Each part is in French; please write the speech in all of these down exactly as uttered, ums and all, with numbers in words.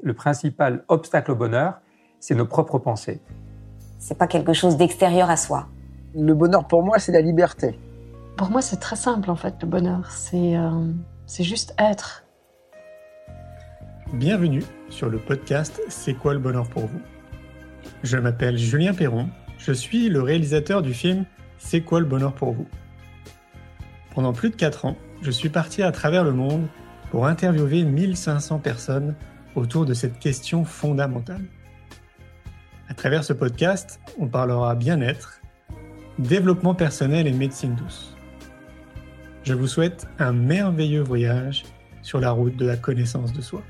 le principal obstacle au bonheur, c'est nos propres pensées. C'est pas quelque chose d'extérieur à soi. Le bonheur pour moi, c'est la liberté. Pour moi, c'est très simple en fait, le bonheur. C'est, euh, c'est juste être. Bienvenue sur le podcast C'est quoi le bonheur pour vous ? Je m'appelle Julien Perron, je suis le réalisateur du film C'est quoi le bonheur pour vous ? Pendant plus de quatre ans, je suis parti à travers le monde pour interviewer mille cinq cents personnes autour de cette question fondamentale. À travers ce podcast, on parlera bien-être, développement personnel et médecine douce. Je vous souhaite un merveilleux voyage sur la route de la connaissance de soi.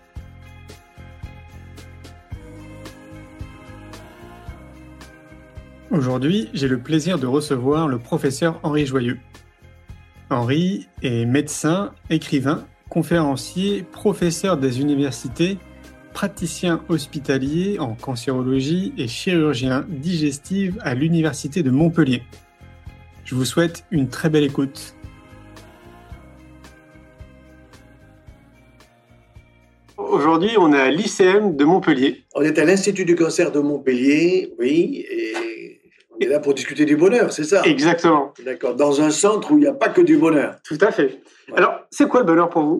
Aujourd'hui, j'ai le plaisir de recevoir le professeur Henri Joyeux. Henri est médecin, écrivain, conférencier, professeur des universités, praticien hospitalier en cancérologie et chirurgien digestif à l'Université de Montpellier. Je vous souhaite une très belle écoute. Aujourd'hui, on est à l'I C M de Montpellier. On est à l'Institut du cancer de Montpellier, oui, et on est là pour discuter du bonheur, c'est ça ? Exactement. D'accord, dans un centre où il n'y a pas que du bonheur. Tout à fait. Ouais. Alors, c'est quoi le bonheur pour vous ?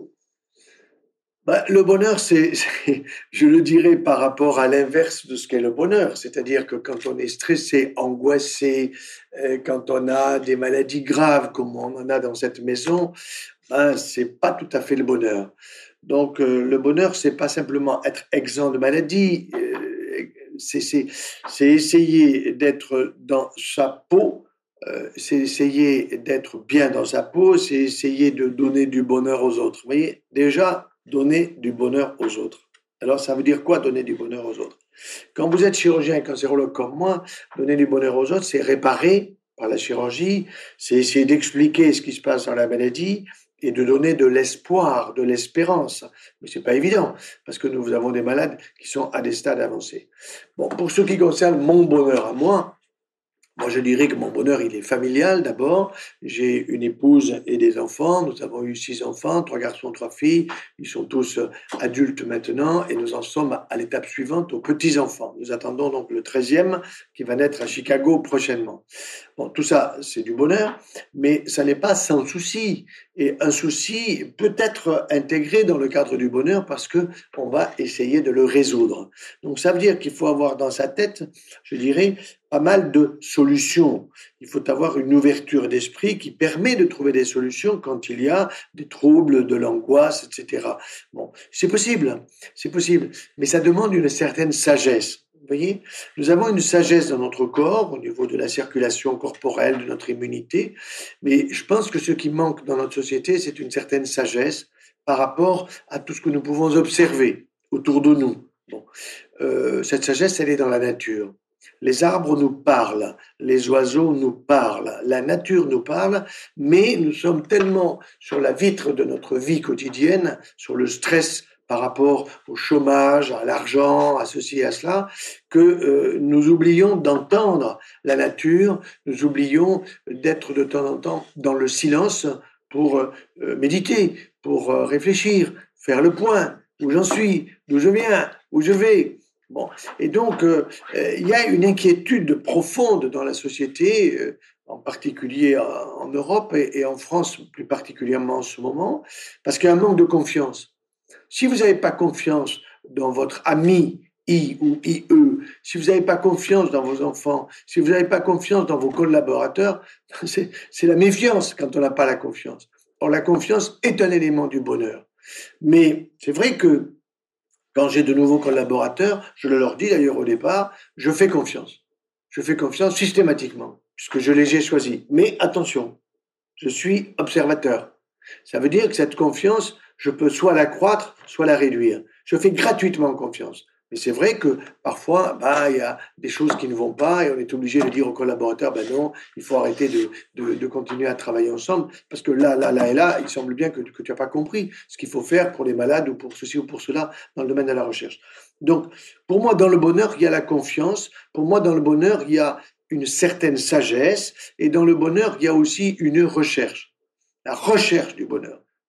Bah, le bonheur, c'est, c'est, je le dirais par rapport à l'inverse de ce qu'est le bonheur. C'est-à-dire que quand on est stressé, angoissé, euh, quand on a des maladies graves, comme on en a dans cette maison, ben, c'est pas tout à fait le bonheur. Donc, euh, le bonheur, c'est pas simplement être exempt de maladie, euh, c'est, c'est, c'est essayer d'être dans sa peau, euh, c'est essayer d'être bien dans sa peau, c'est essayer de donner du bonheur aux autres. Vous voyez, déjà, donner du bonheur aux autres. Alors, ça veut dire quoi, donner du bonheur aux autres ? Quand vous êtes chirurgien et cancérologue comme moi, donner du bonheur aux autres, c'est réparer par la chirurgie, c'est essayer d'expliquer ce qui se passe dans la maladie et de donner de l'espoir, de l'espérance. Mais c'est pas évident, parce que nous avons des malades qui sont à des stades avancés. Bon, pour ce qui concerne mon bonheur à moi, moi, je dirais que mon bonheur, il est familial d'abord. J'ai une épouse et des enfants. Nous avons eu six enfants, trois garçons, trois filles. Ils sont tous adultes maintenant et nous en sommes à l'étape suivante, aux petits-enfants. Nous attendons donc le treizième qui va naître à Chicago prochainement. Bon, tout ça, c'est du bonheur, mais ça n'est pas sans souci. Et un souci peut être intégré dans le cadre du bonheur parce que on va essayer de le résoudre. Donc, ça veut dire qu'il faut avoir dans sa tête, je dirais, pas mal de solutions. Il faut avoir une ouverture d'esprit qui permet de trouver des solutions quand il y a des troubles, de l'angoisse, et cetera. Bon, c'est possible, c'est possible, mais ça demande une certaine sagesse. Vous voyez, nous avons une sagesse dans notre corps au niveau de la circulation corporelle, de notre immunité, mais je pense que ce qui manque dans notre société, c'est une certaine sagesse par rapport à tout ce que nous pouvons observer autour de nous. Bon, euh, cette sagesse, elle est dans la nature. Les arbres nous parlent, les oiseaux nous parlent, la nature nous parle, mais nous sommes tellement sur la vitre de notre vie quotidienne, sur le stress par rapport au chômage, à l'argent, à ceci et à cela, que euh, nous oublions d'entendre la nature, nous oublions d'être de temps en temps dans le silence pour euh, méditer, pour euh, réfléchir, faire le point, où j'en suis, d'où je viens, où je vais. Bon, et donc euh, euh, il y a une inquiétude profonde dans la société, euh, en particulier en, en Europe et, et en France plus particulièrement en ce moment, parce qu'il y a un manque de confiance. Si vous n'avez pas confiance dans votre ami I ou I E, si vous n'avez pas confiance dans vos enfants, si vous n'avez pas confiance dans vos collaborateurs, c'est, c'est la méfiance quand on n'a pas la confiance. Or, la confiance est un élément du bonheur. Mais c'est vrai que quand j'ai de nouveaux collaborateurs, je le leur dis d'ailleurs au départ, je fais confiance. Je fais confiance systématiquement, puisque je les ai choisis. Mais attention, je suis observateur. Ça veut dire que cette confiance, je peux soit l'accroître, soit la réduire. Je fais gratuitement confiance. Mais c'est vrai que parfois, bah, il y a des choses qui ne vont pas et on est obligé de dire aux collaborateurs, ben non, il faut arrêter de, de, de continuer à travailler ensemble parce que là, là, là et là, il semble bien que, que tu n'as pas compris ce qu'il faut faire pour les malades ou pour ceci ou pour cela dans le domaine de la recherche. Donc, pour moi, dans le bonheur, il y a la confiance. Pour moi, dans le bonheur, il y a une certaine sagesse et dans le bonheur, il y a aussi une recherche. La recherche du bonheur.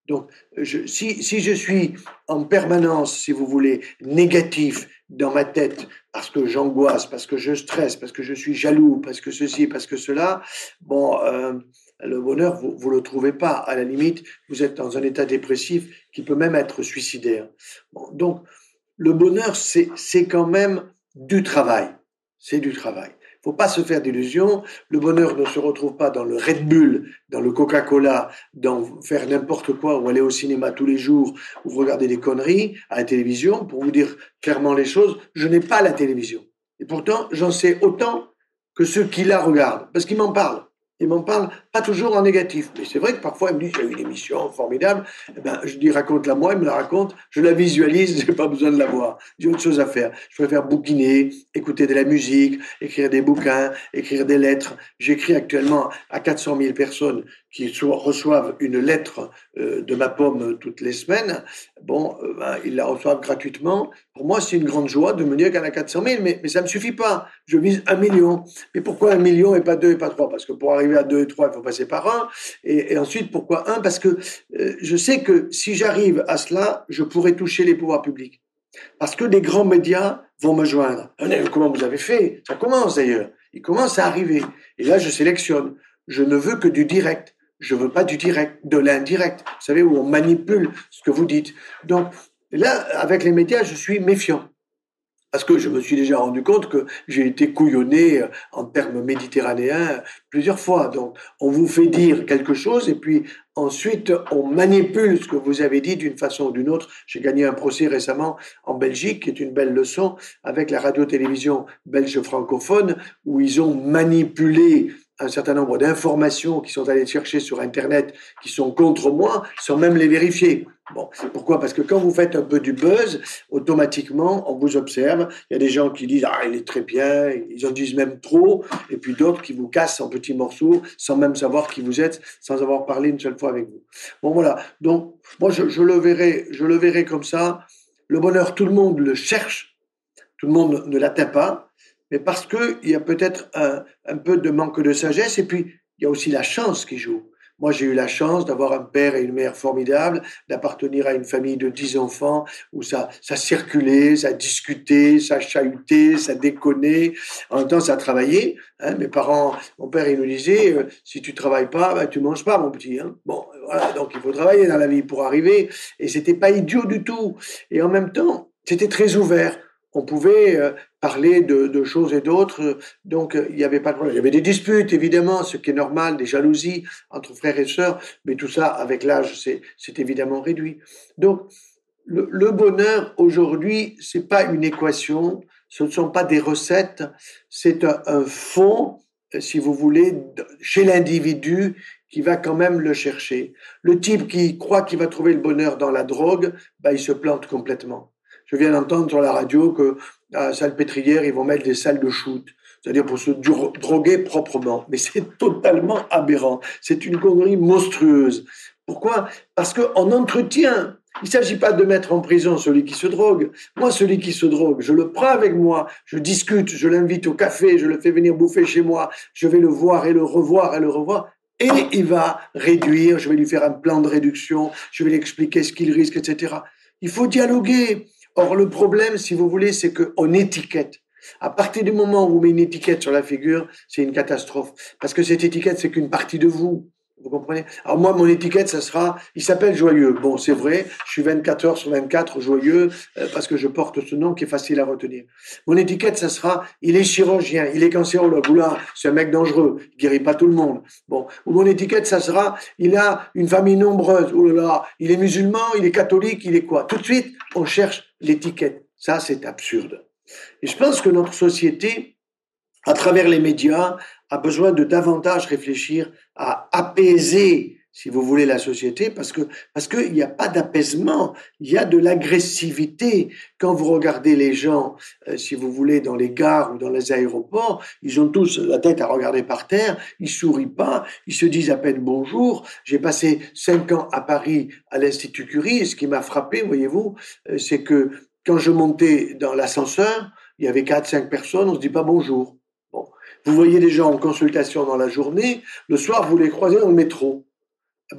Donc, je, si, si je suis en permanence, si vous voulez, négatif dans ma tête, parce que j'angoisse, parce que je stresse, parce que je suis jaloux, parce que ceci, parce que cela, bon, euh, le bonheur, vous vous le trouvez pas. À la limite, vous êtes dans un état dépressif qui peut même être suicidaire. Bon, donc, le bonheur, c'est c'est quand même du travail. C'est du travail. Il faut pas se faire d'illusions. Le bonheur ne se retrouve pas dans le Red Bull, dans le Coca-Cola, dans faire n'importe quoi, ou aller au cinéma tous les jours, ou vous regardez des conneries à la télévision. Pour vous dire clairement les choses, je n'ai pas la télévision. Et pourtant, j'en sais autant que ceux qui la regardent, parce qu'ils m'en parlent. Ils m'en parlent pas toujours en négatif. Mais c'est vrai que parfois, ils me disent, il y a eu une émission formidable. Eh ben, je dis, raconte-la moi, ils me la racontent. Je la visualise, j'ai pas besoin de la voir. J'ai autre chose à faire. Je préfère bouquiner, écouter de la musique, écrire des bouquins, écrire des lettres. J'écris actuellement à quatre cent mille personnes qui reçoivent une lettre euh, de ma pomme toutes les semaines. Bon, euh, ben, ils la reçoivent gratuitement. Pour moi, c'est une grande joie de me dire qu'il y en a quatre cent mille, mais, mais ça me suffit pas. Je vise un million. Mais pourquoi un million et pas deux et pas trois? Parce que pour arriver à deux et trois, il faut passer par un. Et, et ensuite, pourquoi un? Parce que euh, je sais que si j'arrive à cela, je pourrais toucher les pouvoirs publics. Parce que des grands médias vont me joindre. Comment vous avez fait? Ça commence d'ailleurs. Il commence à arriver. Et là, je sélectionne. Je ne veux que du direct. Je veux pas du direct, de l'indirect. Vous savez, où on manipule ce que vous dites. Donc, là, avec les médias, je suis méfiant. Parce que je me suis déjà rendu compte que j'ai été couillonné en termes méditerranéens plusieurs fois. Donc, on vous fait dire quelque chose et puis ensuite, on manipule ce que vous avez dit d'une façon ou d'une autre. J'ai gagné un procès récemment en Belgique, qui est une belle leçon, avec la radio-télévision belge francophone, où ils ont manipulé un certain nombre d'informations qui sont allées chercher sur Internet, qui sont contre moi, sans même les vérifier. Bon, pourquoi? Parce que quand vous faites un peu du buzz, automatiquement, on vous observe. Il y a des gens qui disent « Ah, il est très bien », ils en disent même trop, et puis d'autres qui vous cassent en petits morceaux, sans même savoir qui vous êtes, sans avoir parlé une seule fois avec vous. Bon, voilà. Donc, moi, je, je le verrai, je le verrai comme ça. Le bonheur, tout le monde le cherche, tout le monde ne l'atteint pas, mais parce qu'il y a peut-être un, un peu de manque de sagesse, et puis il y a aussi la chance qui joue. Moi, j'ai eu la chance d'avoir un père et une mère formidables, d'appartenir à une famille de dix enfants où ça, ça circulait, ça discutait, ça chahutait, ça déconnait. En même temps, ça travaillait. Hein. Mes parents, mon père, il nous disait, euh, si tu travailles pas, ben, tu manges pas, mon petit. Hein. Bon, voilà. Donc, il faut travailler dans la vie pour arriver. Et c'était pas idiot du tout. Et en même temps, c'était très ouvert. On pouvait euh, parler de, de choses et d'autres, donc il n'y avait pas de problème. Il y avait des disputes, évidemment, ce qui est normal, des jalousies entre frères et sœurs, mais tout ça, avec l'âge, c'est, c'est évidemment réduit. Donc, le, le bonheur, aujourd'hui, c'est pas une équation, ce ne sont pas des recettes, c'est un, un fond, si vous voulez, chez l'individu qui va quand même le chercher. Le type qui croit qu'il va trouver le bonheur dans la drogue, bah, il se plante complètement. Je viens d'entendre sur la radio que à la Salpêtrière, ils vont mettre des salles de shoot, c'est-à-dire pour se droguer proprement. Mais c'est totalement aberrant. C'est une connerie monstrueuse. Pourquoi? Parce qu'on entretient. Il ne s'agit pas de mettre en prison celui qui se drogue. Moi, celui qui se drogue, je le prends avec moi, je discute, je l'invite au café, je le fais venir bouffer chez moi, je vais le voir et le revoir et le revoir. Et il va réduire, je vais lui faire un plan de réduction, je vais lui expliquer ce qu'il risque, et cetera. Il faut dialoguer. Or, le problème, si vous voulez, c'est qu'on étiquette. À partir du moment où on met une étiquette sur la figure, c'est une catastrophe. Parce que cette étiquette, c'est qu'une partie de vous. Vous comprenez? Alors moi, mon étiquette, ça sera, il s'appelle Joyeux. Bon, c'est vrai, je suis vingt-quatre heures sur vingt-quatre joyeux euh, parce que je porte ce nom qui est facile à retenir. Mon étiquette, ça sera, il est chirurgien, il est cancérologue. Oula, c'est un mec dangereux, il guérit pas tout le monde. Bon, ou mon étiquette, ça sera, il a une famille nombreuse. Oula, il est musulman, il est catholique, il est quoi? Tout de suite, on cherche l'étiquette. Ça, c'est absurde. Et je pense que notre société, à travers les médias, a besoin de davantage réfléchir à apaiser, si vous voulez, la société, parce que parce qu'il n'y a pas d'apaisement, il y a de l'agressivité. Quand vous regardez les gens, euh, si vous voulez, dans les gares ou dans les aéroports, ils ont tous la tête à regarder par terre, ils sourient pas, ils se disent à peine bonjour. J'ai passé cinq ans à Paris à l'Institut Curie, et ce qui m'a frappé, voyez-vous, euh, c'est que quand je montais dans l'ascenseur, il y avait quatre, cinq personnes, on se dit pas bonjour. Bon. Vous voyez des gens en consultation dans la journée, le soir, vous les croisez dans le métro. Ben,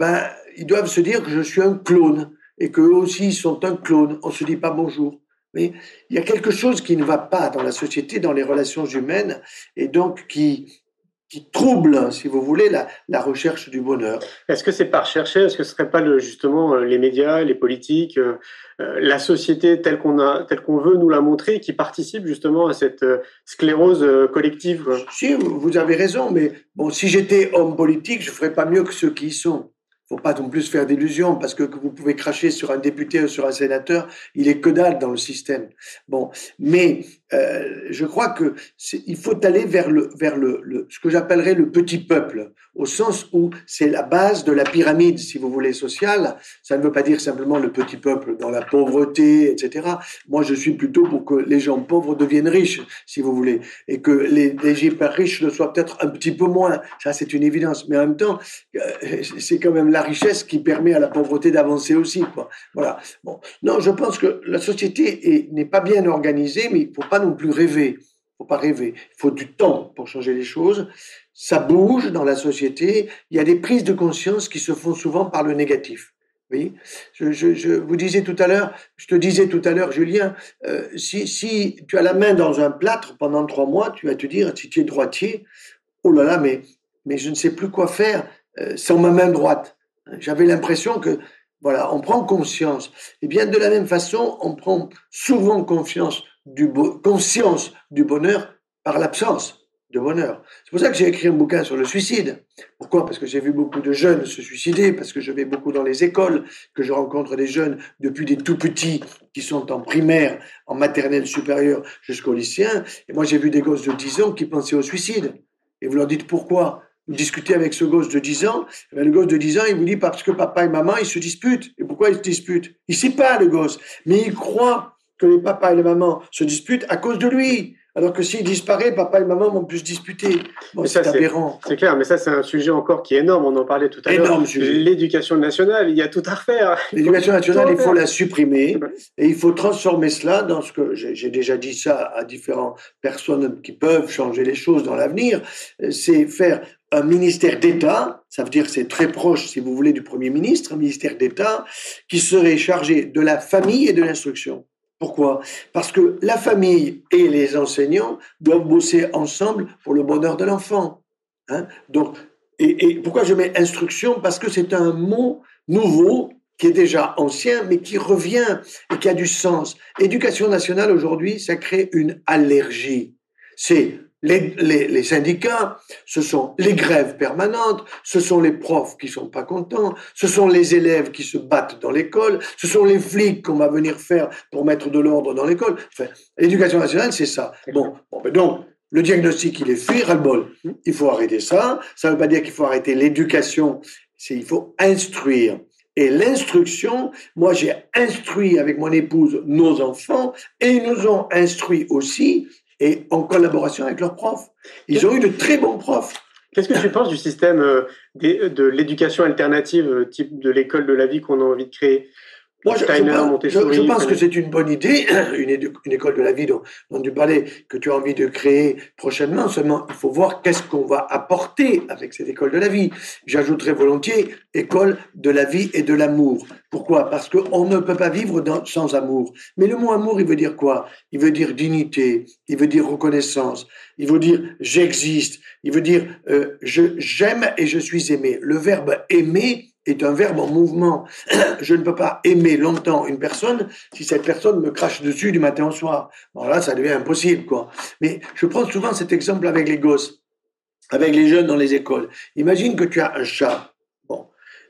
ils doivent se dire que je suis un clone et qu'eux aussi ils sont un clone. On se dit pas bonjour. Mais il y a quelque chose qui ne va pas dans la société, dans les relations humaines, et donc qui qui trouble, si vous voulez, la, la recherche du bonheur. Est-ce que c'est pas recherché? Est-ce que ce serait pas le, justement les médias, les politiques, euh, la société telle qu'on a, telle qu'on veut nous la montrer, qui participe justement à cette euh, sclérose euh, collective, quoi? Si, vous avez raison, mais bon, si j'étais homme politique, je ferais pas mieux que ceux qui y sont. Faut pas non plus se faire d'illusions, parce que, que vous pouvez cracher sur un député ou sur un sénateur, il est que dalle dans le système. Bon, mais euh, je crois que c'est, il faut aller vers le vers le, le ce que j'appellerais le petit peuple, au sens où c'est la base de la pyramide, si vous voulez, sociale. Ça ne veut pas dire simplement le petit peuple dans la pauvreté, et cetera. Moi, je suis plutôt pour que les gens pauvres deviennent riches, si vous voulez, et que les, les hyper riches le soient peut-être un petit peu moins. Ça, c'est une évidence. Mais en même temps, euh, c'est quand même la richesse qui permet à la pauvreté d'avancer aussi, quoi. Voilà. Bon. Non, je pense que la société est, n'est pas bien organisée, mais il faut pas non plus rêver. Il faut pas rêver. Il faut du temps pour changer les choses. Ça bouge dans la société. Il y a des prises de conscience qui se font souvent par le négatif. Oui. Je, je, je vous disais tout à l'heure, je te disais tout à l'heure, Julien, euh, si, si tu as la main dans un plâtre pendant trois mois, tu vas te dire, si tu es droitier, oh là là, mais, mais je ne sais plus quoi faire euh, sans ma main droite. J'avais l'impression que, voilà, on prend conscience. Et bien, de la même façon, on prend souvent confiance du bo- conscience du bonheur par l'absence de bonheur. C'est pour ça que j'ai écrit un bouquin sur le suicide. Pourquoi? Parce que j'ai vu beaucoup de jeunes se suicider, parce que je vais beaucoup dans les écoles, que je rencontre des jeunes depuis des tout petits qui sont en primaire, en maternelle supérieure jusqu'au lycéen. Et moi, j'ai vu des gosses de dix ans qui pensaient au suicide. Et vous leur dites pourquoi? Vous discutez avec ce gosse de dix ans, le gosse de dix ans, il vous dit parce que papa et maman, ils se disputent. Et pourquoi ils se disputent? Il sait pas, le gosse, mais il croit que les papas et les mamans se disputent à cause de lui. Alors que s'il disparaît, papa et maman vont plus se disputer. Bon, c'est ça, aberrant. C'est, c'est clair, mais ça, c'est un sujet encore qui est énorme. On en parlait tout à Énorme l'heure. Sujet. L'éducation nationale, il y a tout à refaire. L'éducation nationale, il faut la supprimer et il faut transformer cela dans ce que j'ai, j'ai déjà dit ça à différentes personnes qui peuvent changer les choses dans l'avenir. C'est faire un ministère d'État, ça veut dire que c'est très proche, si vous voulez, du Premier ministre, un ministère d'État qui serait chargé de la famille et de l'instruction. Pourquoi? Parce que la famille et les enseignants doivent bosser ensemble pour le bonheur de l'enfant. Hein? Donc, et, et pourquoi je mets instruction? Parce que c'est un mot nouveau qui est déjà ancien, mais qui revient et qui a du sens. Éducation nationale, aujourd'hui, ça crée une allergie. C'est Les, les, les syndicats, ce sont les grèves permanentes, ce sont les profs qui sont pas contents, ce sont les élèves qui se battent dans l'école, ce sont les flics qu'on va venir faire pour mettre de l'ordre dans l'école. Enfin, l'éducation nationale, c'est ça. Bon, bon ben donc, le diagnostic, il est fait, ras-le-bol. Il faut arrêter ça. Ça ne veut pas dire qu'il faut arrêter l'éducation, c'est il faut instruire. Et l'instruction, moi j'ai instruit avec mon épouse nos enfants et ils nous ont instruits aussi et en collaboration avec leurs profs. Ils ont eu de très bons profs. Qu'est-ce que tu penses du système euh, de, de l'éducation alternative, euh, type de l'école de la vie qu'on a envie de créer? Moi, je, Steiner, je, pense, Montessori, je, je pense que c'est une bonne idée, une, édu- une école de la vie dont, dont tu parlais, que tu as envie de créer prochainement. Seulement, il faut voir qu'est-ce qu'on va apporter avec cette école de la vie. J'ajouterais volontiers école de la vie et de l'amour. Pourquoi? Parce qu'on ne peut pas vivre dans, sans amour. Mais le mot amour, il veut dire quoi? Il veut dire dignité, il veut dire reconnaissance, il veut dire j'existe, il veut dire euh, je, j'aime et je suis aimé. Le verbe aimer est un verbe en mouvement. Je ne peux pas aimer longtemps une personne si cette personne me crache dessus du matin au soir. Bon, là, ça devient impossible, quoi. Mais je prends souvent cet exemple avec les gosses, avec les jeunes dans les écoles. Imagine que tu as un chat, bon,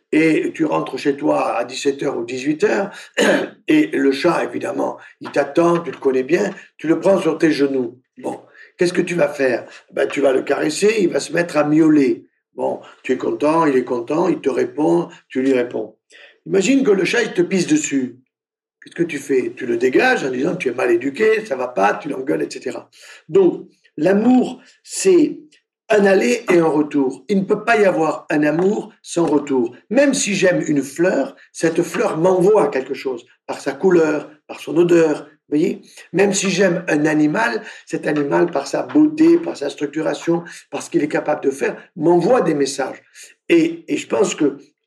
et tu rentres chez toi à dix-sept heures ou dix-huit heures, et le chat, évidemment, il t'attend, tu le connais bien, tu le prends sur tes genoux. Bon, qu'est-ce que tu vas faire? Ben, tu vas le caresser, il va se mettre à miauler. Bon, tu es content, il est content, il te répond, tu lui réponds. Imagine que le chat, il te pisse dessus. Qu'est-ce que tu fais? Tu le dégages en disant tu es mal éduqué, ça va pas, tu l'engueules, et cetera. Donc, l'amour, c'est un aller et un retour. Il ne peut pas y avoir un amour sans retour. Même si j'aime une fleur, cette fleur m'envoie quelque chose, par sa couleur, par son odeur. Vous voyez? Même si j'aime un animal, cet animal, par sa beauté, par sa structuration, par ce qu'il est capable de faire, m'envoie des messages. Et, et je pense que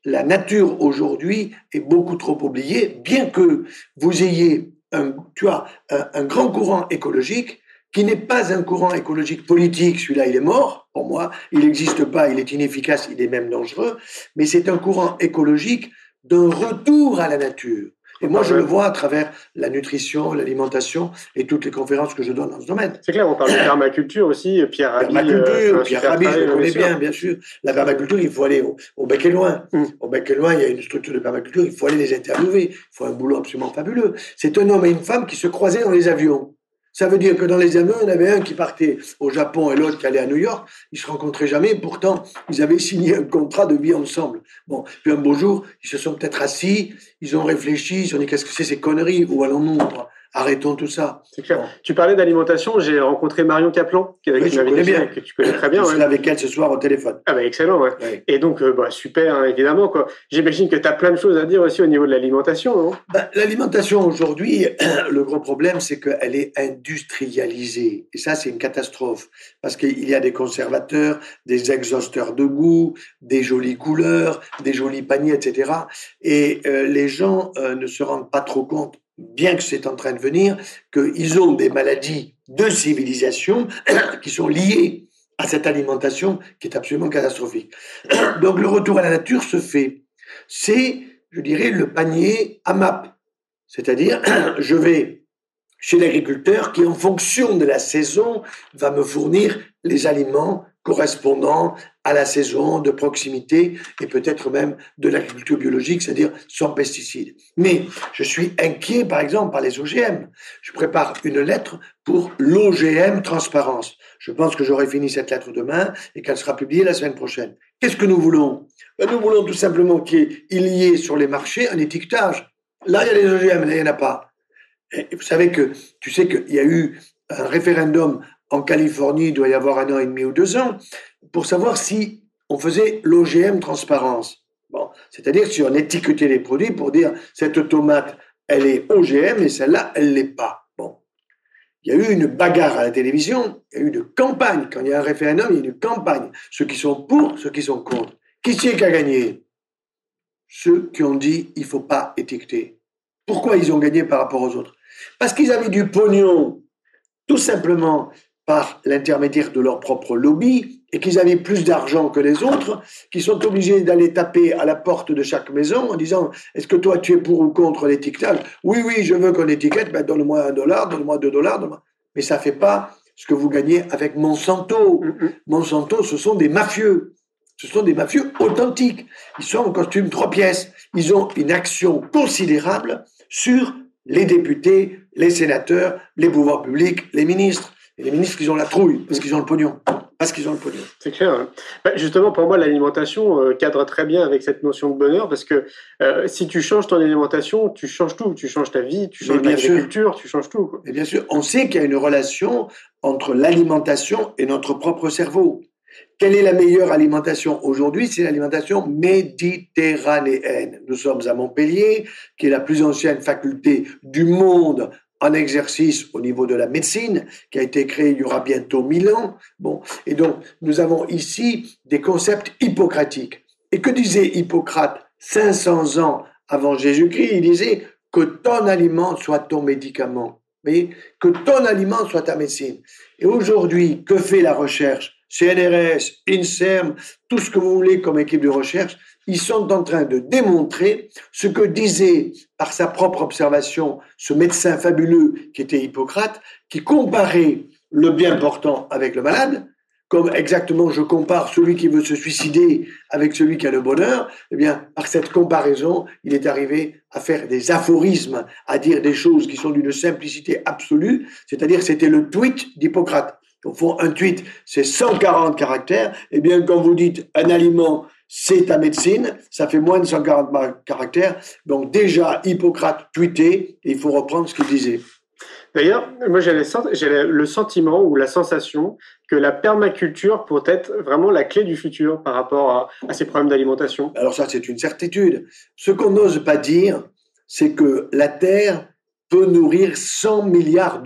la nature aujourd'hui est beaucoup trop oubliée, bien que vous ayez un, tu vois, un, un grand courant écologique qui n'est pas un courant écologique politique, celui-là il est mort, pour moi, il n'existe pas, il est inefficace, il est même dangereux, mais c'est un courant écologique d'un retour à la nature. Et moi, je le vois à travers la nutrition, l'alimentation et toutes les conférences que je donne dans ce domaine. C'est clair, on parle de permaculture aussi, Pierre Rabhi. Permaculture, euh, Pierre Rabhi, je le connais bien, bien sûr. La permaculture, il faut aller au, au bec et loin. Mm. Au bec et loin, il y a une structure de permaculture, il faut aller les interviewer. Il faut un boulot absolument fabuleux. C'est un homme et une femme qui se croisaient dans les avions. Ça veut dire que dans les avions, il y en avait un qui partait au Japon et l'autre qui allait à New York. Ils se rencontraient jamais. Pourtant, ils avaient signé un contrat de vie ensemble. Bon, puis un beau jour, ils se sont peut-être assis, ils ont réfléchi, ils se sont dit qu'est-ce que c'est ces conneries? Où allons-nous? Arrêtons tout ça. C'est clair. Bon. Tu parlais d'alimentation, j'ai rencontré Marion Kaplan, qui, oui, qui m'avait dit que tu connais très bien. Je suis ouais. avec elle ce soir au téléphone. Ah bah excellent, ouais. ouais. Et donc, euh, bah, super, hein, évidemment, quoi. J'imagine que tu as plein de choses à dire aussi au niveau de l'alimentation, non? Ben, l'alimentation aujourd'hui, le gros problème, c'est qu'elle est industrialisée. Et ça, c'est une catastrophe. Parce qu'il y a des conservateurs, des exhausteurs de goût, des jolies couleurs, des jolis paniers, et cetera. Et euh, les gens euh, ne se rendent pas trop compte, bien que c'est en train de venir, qu'ils ont des maladies de civilisation qui sont liées à cette alimentation qui est absolument catastrophique. Donc le retour à la nature se fait. C'est, je dirais, le panier A M A P. C'est-à-dire, je vais chez l'agriculteur qui, en fonction de la saison, va me fournir les aliments correspondant à la saison de proximité et peut-être même de l'agriculture biologique, c'est-à-dire sans pesticides. Mais je suis inquiet, par exemple, par les O G M. Je prépare une lettre pour l'O G M transparence. Je pense que j'aurai fini cette lettre demain et qu'elle sera publiée la semaine prochaine. Qu'est-ce que nous voulons? Ben, nous voulons tout simplement qu'il y ait sur les marchés un étiquetage. Là, il y a les O G M, là, il n'y en a pas. Et vous savez que, tu sais qu'il y a eu un référendum en Californie, il doit y avoir un an et demi ou deux ans, pour savoir si on faisait l'O G M transparence. Bon, c'est-à-dire si on étiquetait les produits pour dire cette tomate, elle est O G M et celle-là, elle l'est pas. Bon, il y a eu une bagarre à la télévision, il y a eu une campagne. Quand il y a un référendum, il y a une campagne. Ceux qui sont pour, ceux qui sont contre. Qui c'est qui a gagné? Ceux qui ont dit il faut pas étiqueter. Pourquoi ils ont gagné par rapport aux autres? Parce qu'ils avaient du pognon, tout simplement par l'intermédiaire de leur propre lobby, et qu'ils avaient plus d'argent que les autres, qui sont obligés d'aller taper à la porte de chaque maison en disant « Est-ce que toi, tu es pour ou contre l'étiquetage ?»« Oui, oui, je veux qu'on étiquette, ben donne-moi un dollar, donne-moi deux dollars. Donne-moi. » Mais ça ne fait pas ce que vous gagnez avec Monsanto. Mm-hmm. Monsanto, ce sont des mafieux. Ce sont des mafieux authentiques. Ils sont en costume trois pièces. Ils ont une action considérable sur les députés, les sénateurs, les pouvoirs publics, les ministres. Et les ministres, ils ont la trouille, parce qu'ils ont le pognon. Parce qu'ils ont le pognon. C'est clair. Hein. Bah, justement, pour moi, l'alimentation euh, cadre très bien avec cette notion de bonheur, parce que euh, si tu changes ton alimentation, tu changes tout. Tu changes ta vie, tu changes l'agriculture, tu changes tout. Quoi. Et bien sûr, on sait qu'il y a une relation entre l'alimentation et notre propre cerveau. Quelle est la meilleure alimentation aujourd'hui? C'est l'alimentation méditerranéenne. Nous sommes à Montpellier, qui est la plus ancienne faculté du monde en exercice au niveau de la médecine, qui a été créée il y aura bientôt mille ans. Bon, et donc, nous avons ici des concepts hippocratiques. Et que disait Hippocrate cinq cents ans avant Jésus-Christ? Il disait que ton aliment soit ton médicament. Vous voyez? Que ton aliment soit ta médecine. Et aujourd'hui, que fait la recherche? C N R S, INSERM, tout ce que vous voulez comme équipe de recherche, ils sont en train de démontrer ce que disait par sa propre observation ce médecin fabuleux qui était Hippocrate, qui comparait le bien portant avec le malade, comme exactement je compare celui qui veut se suicider avec celui qui a le bonheur. Eh bien, par cette comparaison, il est arrivé à faire des aphorismes, à dire des choses qui sont d'une simplicité absolue, c'est-à-dire c'était le tweet d'Hippocrate. Au fond, un tweet, c'est cent quarante caractères. Eh bien, quand vous dites un aliment, c'est ta médecine, ça fait moins de cent quarante caractères. Donc déjà, Hippocrate tweetait, et il faut reprendre ce qu'il disait. D'ailleurs, moi j'ai le sentiment ou la sensation que la permaculture pourrait être vraiment la clé du futur par rapport à, à ces problèmes d'alimentation. Alors ça, c'est une certitude. Ce qu'on n'ose pas dire, c'est que la Terre peut nourrir cent milliards d'hommes.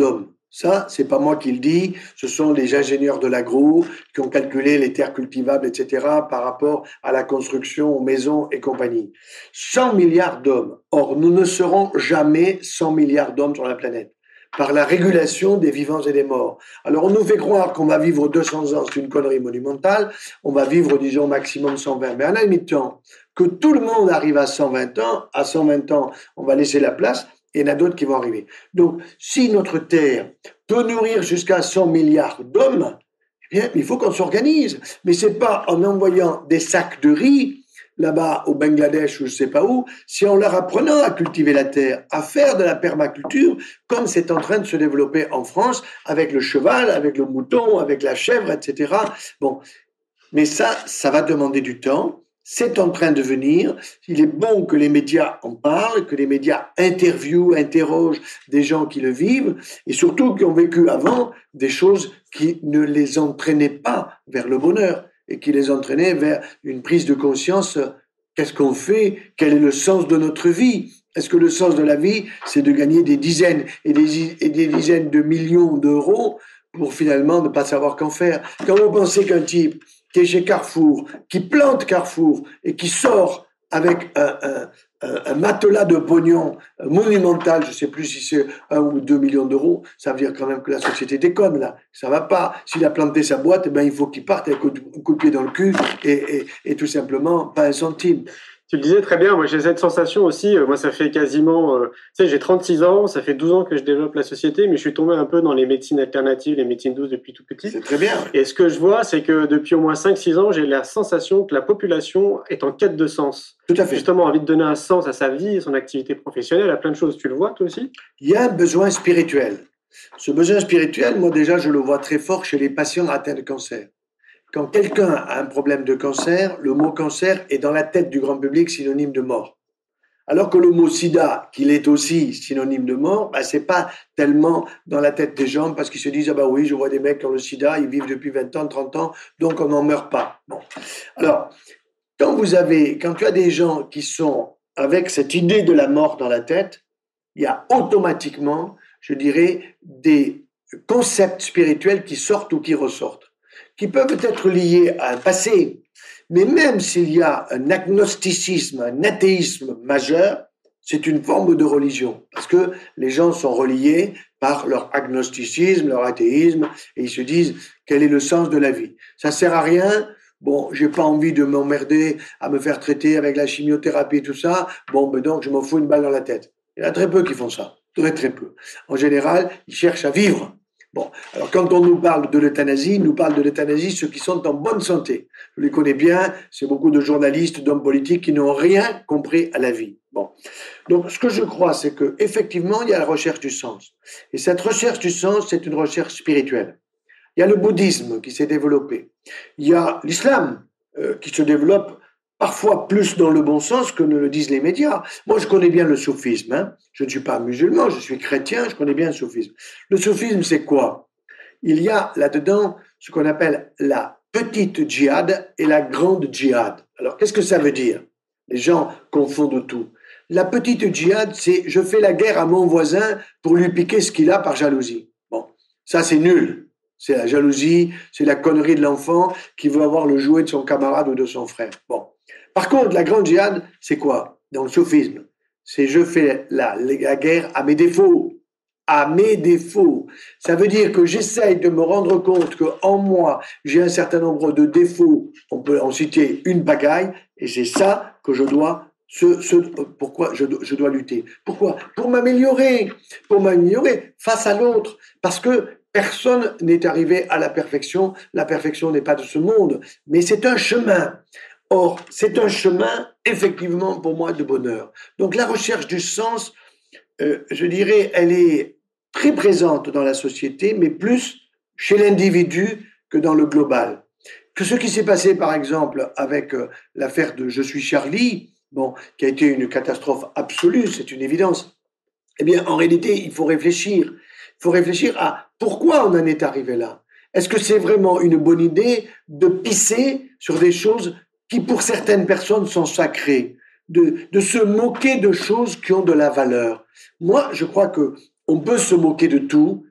Ça, c'est pas moi qui le dis, ce sont les ingénieurs de l'agro qui ont calculé les terres cultivables, et cetera, par rapport à la construction, aux maisons et compagnie. cent milliards d'hommes. Or, nous ne serons jamais cent milliards d'hommes sur la planète, par la régulation des vivants et des morts. Alors, on nous fait croire qu'on va vivre deux cents ans, c'est une connerie monumentale, on va vivre, disons, maximum cent vingt. Mais en même temps, que tout le monde arrive à cent vingt ans, à cent vingt ans, on va laisser la place, et il y en a d'autres qui vont arriver. Donc, si notre Terre peut nourrir jusqu'à cent milliards d'hommes, eh bien, il faut qu'on s'organise. Mais c'est pas en envoyant des sacs de riz là-bas au Bangladesh ou je sais pas où, si en leur apprenant à cultiver la terre, à faire de la permaculture, comme c'est en train de se développer en France, avec le cheval, avec le mouton, avec la chèvre, et cetera. Bon. Mais ça, ça va demander du temps. C'est en train de venir. Il est bon que les médias en parlent, que les médias interviewent, interrogent des gens qui le vivent et surtout qui ont vécu avant des choses qui ne les entraînaient pas vers le bonheur et qui les entraînaient vers une prise de conscience. Qu'est-ce qu'on fait? Quel est le sens de notre vie? Est-ce que le sens de la vie, c'est de gagner des dizaines et des, et des dizaines de millions d'euros pour finalement ne pas savoir qu'en faire? Quand vous pensez qu'un type qui est chez Carrefour, qui plante Carrefour et qui sort avec un, un, un, un matelas de pognon monumental, je ne sais plus si c'est un ou deux millions d'euros, ça veut dire quand même que la société déconne là, ça va pas. S'il a planté sa boîte, eh ben, il faut qu'il parte avec un coup de pied dans le cul et, et, et tout simplement pas un centime. Tu le disais très bien, moi j'ai cette sensation aussi, moi ça fait quasiment, euh, tu sais j'ai trente-six ans, ça fait douze ans que je développe la société, mais je suis tombé un peu dans les médecines alternatives, les médecines douces depuis tout petit. C'est très bien. Et ce que je vois, c'est que depuis au moins cinq six ans, j'ai la sensation que la population est en quête de sens. Tout à fait. Justement, envie de donner un sens à sa vie, à son activité professionnelle, à plein de choses. Tu le vois toi aussi? Il y a un besoin spirituel. Ce besoin spirituel, moi déjà je le vois très fort chez les patients atteints de cancer. Quand quelqu'un a un problème de cancer, le mot cancer est dans la tête du grand public synonyme de mort. Alors que le mot sida, qu'il est aussi synonyme de mort, bah, c'est pas tellement dans la tête des gens parce qu'ils se disent, ah bah oui, je vois des mecs qui ont le sida, ils vivent depuis vingt ans, trente ans, donc on n'en meurt pas. Bon. Alors, quand vous avez, quand tu as des gens qui sont avec cette idée de la mort dans la tête, il y a automatiquement, je dirais, des concepts spirituels qui sortent ou qui ressortent, qui peuvent être liés à un passé, mais même s'il y a un agnosticisme, un athéisme majeur, c'est une forme de religion, parce que les gens sont reliés par leur agnosticisme, leur athéisme, et ils se disent quel est le sens de la vie. Ça sert à rien. Bon, j'ai pas envie de m'emmerder à me faire traiter avec la chimiothérapie et tout ça. Bon, ben donc je m'en fous une balle dans la tête. Il y en a très peu qui font ça, très très peu. En général, ils cherchent à vivre. Bon, alors quand on nous parle de l'euthanasie, nous parle de l'euthanasie ceux qui sont en bonne santé. Je les connais bien, c'est beaucoup de journalistes, d'hommes politiques qui n'ont rien compris à la vie. Bon, donc ce que je crois, c'est que effectivement, il y a la recherche du sens. Et cette recherche du sens, c'est une recherche spirituelle. Il y a le bouddhisme qui s'est développé. Il y a l'islam euh, qui se développe parfois plus dans le bon sens que ne le disent les médias. Moi, je connais bien le soufisme. Hein. Je ne suis pas musulman, je suis chrétien, je connais bien le soufisme. Le soufisme, c'est quoi? Il y a là-dedans ce qu'on appelle la petite djihad et la grande djihad. Alors, qu'est-ce que ça veut dire? Les gens confondent tout. La petite djihad, c'est je fais la guerre à mon voisin pour lui piquer ce qu'il a par jalousie. Bon, ça c'est nul. C'est la jalousie, c'est la connerie de l'enfant qui veut avoir le jouet de son camarade ou de son frère. Bon. Par contre, la grande djihad, c'est quoi? Dans le soufisme, c'est je fais la, la guerre à mes défauts. À mes défauts. Ça veut dire que j'essaye de me rendre compte qu'en moi, j'ai un certain nombre de défauts. On peut en citer une pagaille, et c'est ça que je dois, ce, ce, pourquoi je, je dois lutter. Pourquoi? Pour m'améliorer. Pour m'améliorer face à l'autre. Parce que personne n'est arrivé à la perfection. La perfection n'est pas de ce monde. Mais c'est un chemin. Or, c'est un chemin, effectivement, pour moi, de bonheur. Donc, la recherche du sens, euh, je dirais, elle est très présente dans la société, mais plus chez l'individu que dans le global. Que ce qui s'est passé, par exemple, avec euh, l'affaire de Je suis Charlie, bon, qui a été une catastrophe absolue, c'est une évidence. Eh bien, en réalité, il faut réfléchir. Il faut réfléchir à pourquoi on en est arrivé là. Est-ce que c'est vraiment une bonne idée de pisser sur des choses qui pour certaines personnes sont sacrées, de, de se moquer de choses qui ont de la valeur? Moi, je crois que on peut se moquer de tout,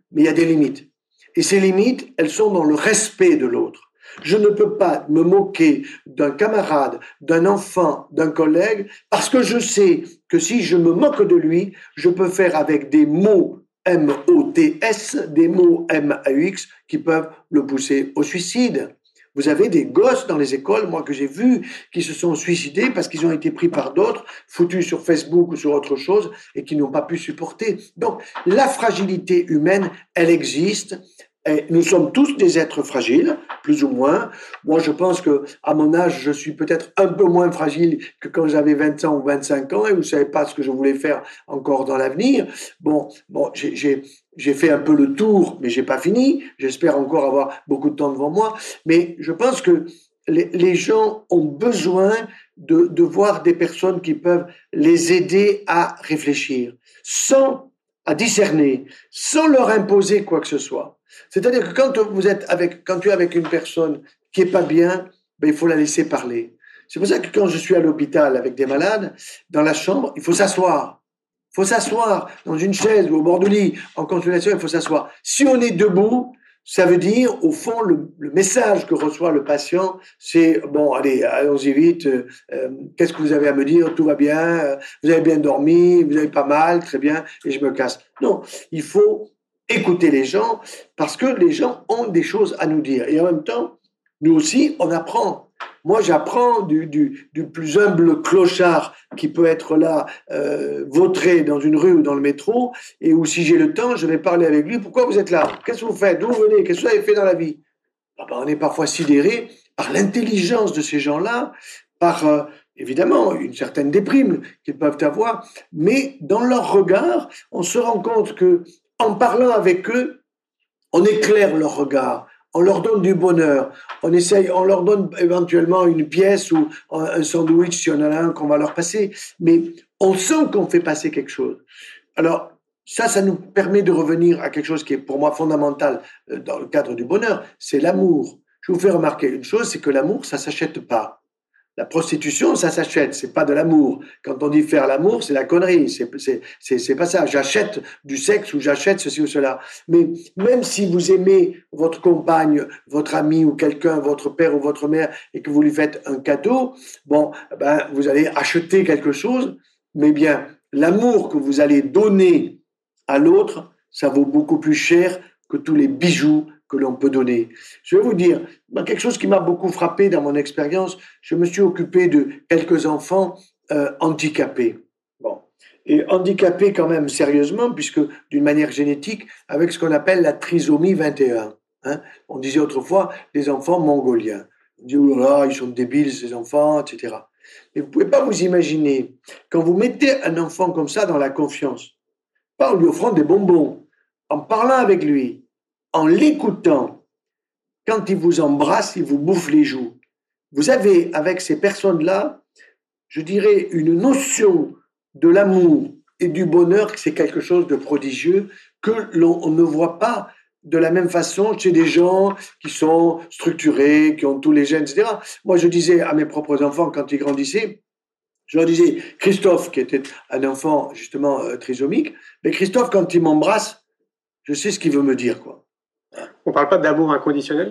mais il y a des limites. Et ces limites, elles sont dans le respect de l'autre. Je ne peux pas me moquer d'un camarade, d'un enfant, d'un collègue, parce que je sais que si je me moque de lui, je peux faire avec des mots M O T S, des mots M A U X, qui peuvent le pousser au suicide. Vous avez des gosses dans les écoles, moi que j'ai vus, qui se sont suicidés parce qu'ils ont été pris par d'autres, foutus sur Facebook ou sur autre chose, et qui n'ont pas pu supporter. Donc, la fragilité humaine, elle existe. Et nous sommes tous des êtres fragiles, plus ou moins. Moi, je pense que à mon âge, je suis peut-être un peu moins fragile que quand j'avais vingt ans ou vingt-cinq ans, et vous savez pas ce que je voulais faire encore dans l'avenir. Bon, bon, j'ai, j'ai, j'ai fait un peu le tour, mais j'ai pas fini. J'espère encore avoir beaucoup de temps devant moi. Mais je pense que les, les gens ont besoin de, de voir des personnes qui peuvent les aider à réfléchir, sans à discerner, sans leur imposer quoi que ce soit. C'est-à-dire que quand vous êtes avec, quand tu es avec une personne qui est pas bien, ben il faut la laisser parler. C'est pour ça que quand je suis à l'hôpital avec des malades, dans la chambre, il faut s'asseoir. Il faut s'asseoir dans une chaise ou au bord du lit, en consultation, il faut s'asseoir. Si on est debout, ça veut dire, au fond, le, le message que reçoit le patient, c'est bon, allez, allons-y vite. Euh, qu'est-ce que vous avez à me dire? Tout va bien. Euh, vous avez bien dormi. Vous avez pas mal, très bien. Et je me casse. Non, il faut écouter les gens parce que les gens ont des choses à nous dire. Et en même temps, nous aussi, on apprend. Moi, j'apprends du, du, du plus humble clochard qui peut être là, euh, vautré dans une rue ou dans le métro, et où si j'ai le temps, je vais parler avec lui. Pourquoi vous êtes là? Qu'est-ce que vous faites? D'où vous venez? Qu'est-ce que vous avez fait dans la vie? Ah ben, on est parfois sidéré par l'intelligence de ces gens-là, par euh, évidemment une certaine déprime qu'ils peuvent avoir, mais dans leur regard, on se rend compte que en parlant avec eux, on éclaire leur regard. On leur donne du bonheur, on essaye, on leur donne éventuellement une pièce ou un sandwich si on en a un qu'on va leur passer, mais on sent qu'on fait passer quelque chose. Alors ça, ça nous permet de revenir à quelque chose qui est pour moi fondamental dans le cadre du bonheur, c'est l'amour. Je vous fais remarquer une chose, c'est que l'amour, ça s'achète pas. La prostitution, ça s'achète, c'est pas de l'amour. Quand on dit faire l'amour, c'est la connerie, c'est, c'est, c'est, c'est pas ça. J'achète du sexe ou j'achète ceci ou cela. Mais même si vous aimez votre compagne, votre ami ou quelqu'un, votre père ou votre mère, et que vous lui faites un cadeau, bon, ben, vous allez acheter quelque chose, mais bien, l'amour que vous allez donner à l'autre, ça vaut beaucoup plus cher que tous les bijoux que l'on peut donner. Je vais vous dire, quelque chose qui m'a beaucoup frappé dans mon expérience, je me suis occupé de quelques enfants euh, handicapés. Bon. Et handicapés quand même sérieusement, puisque d'une manière génétique, avec ce qu'on appelle la trisomie vingt et un. Hein. On disait autrefois les enfants mongoliens. On dit, oh là là, ils sont débiles ces enfants, et cetera. Mais vous ne pouvez pas vous imaginer, quand vous mettez un enfant comme ça dans la confiance, pas en lui offrant des bonbons, en parlant avec lui, en l'écoutant, quand il vous embrasse, il vous bouffe les joues. Vous avez, avec ces personnes-là, je dirais, une notion de l'amour et du bonheur, c'est quelque chose de prodigieux que l'on ne voit pas de la même façon chez des gens qui sont structurés, qui ont tous les gènes, et cetera. Moi, je disais à mes propres enfants, quand ils grandissaient, je leur disais, Christophe, qui était un enfant justement euh, trisomique, mais Christophe, quand il m'embrasse, je sais ce qu'il veut me dire, quoi. On ne parle pas d'amour inconditionnel?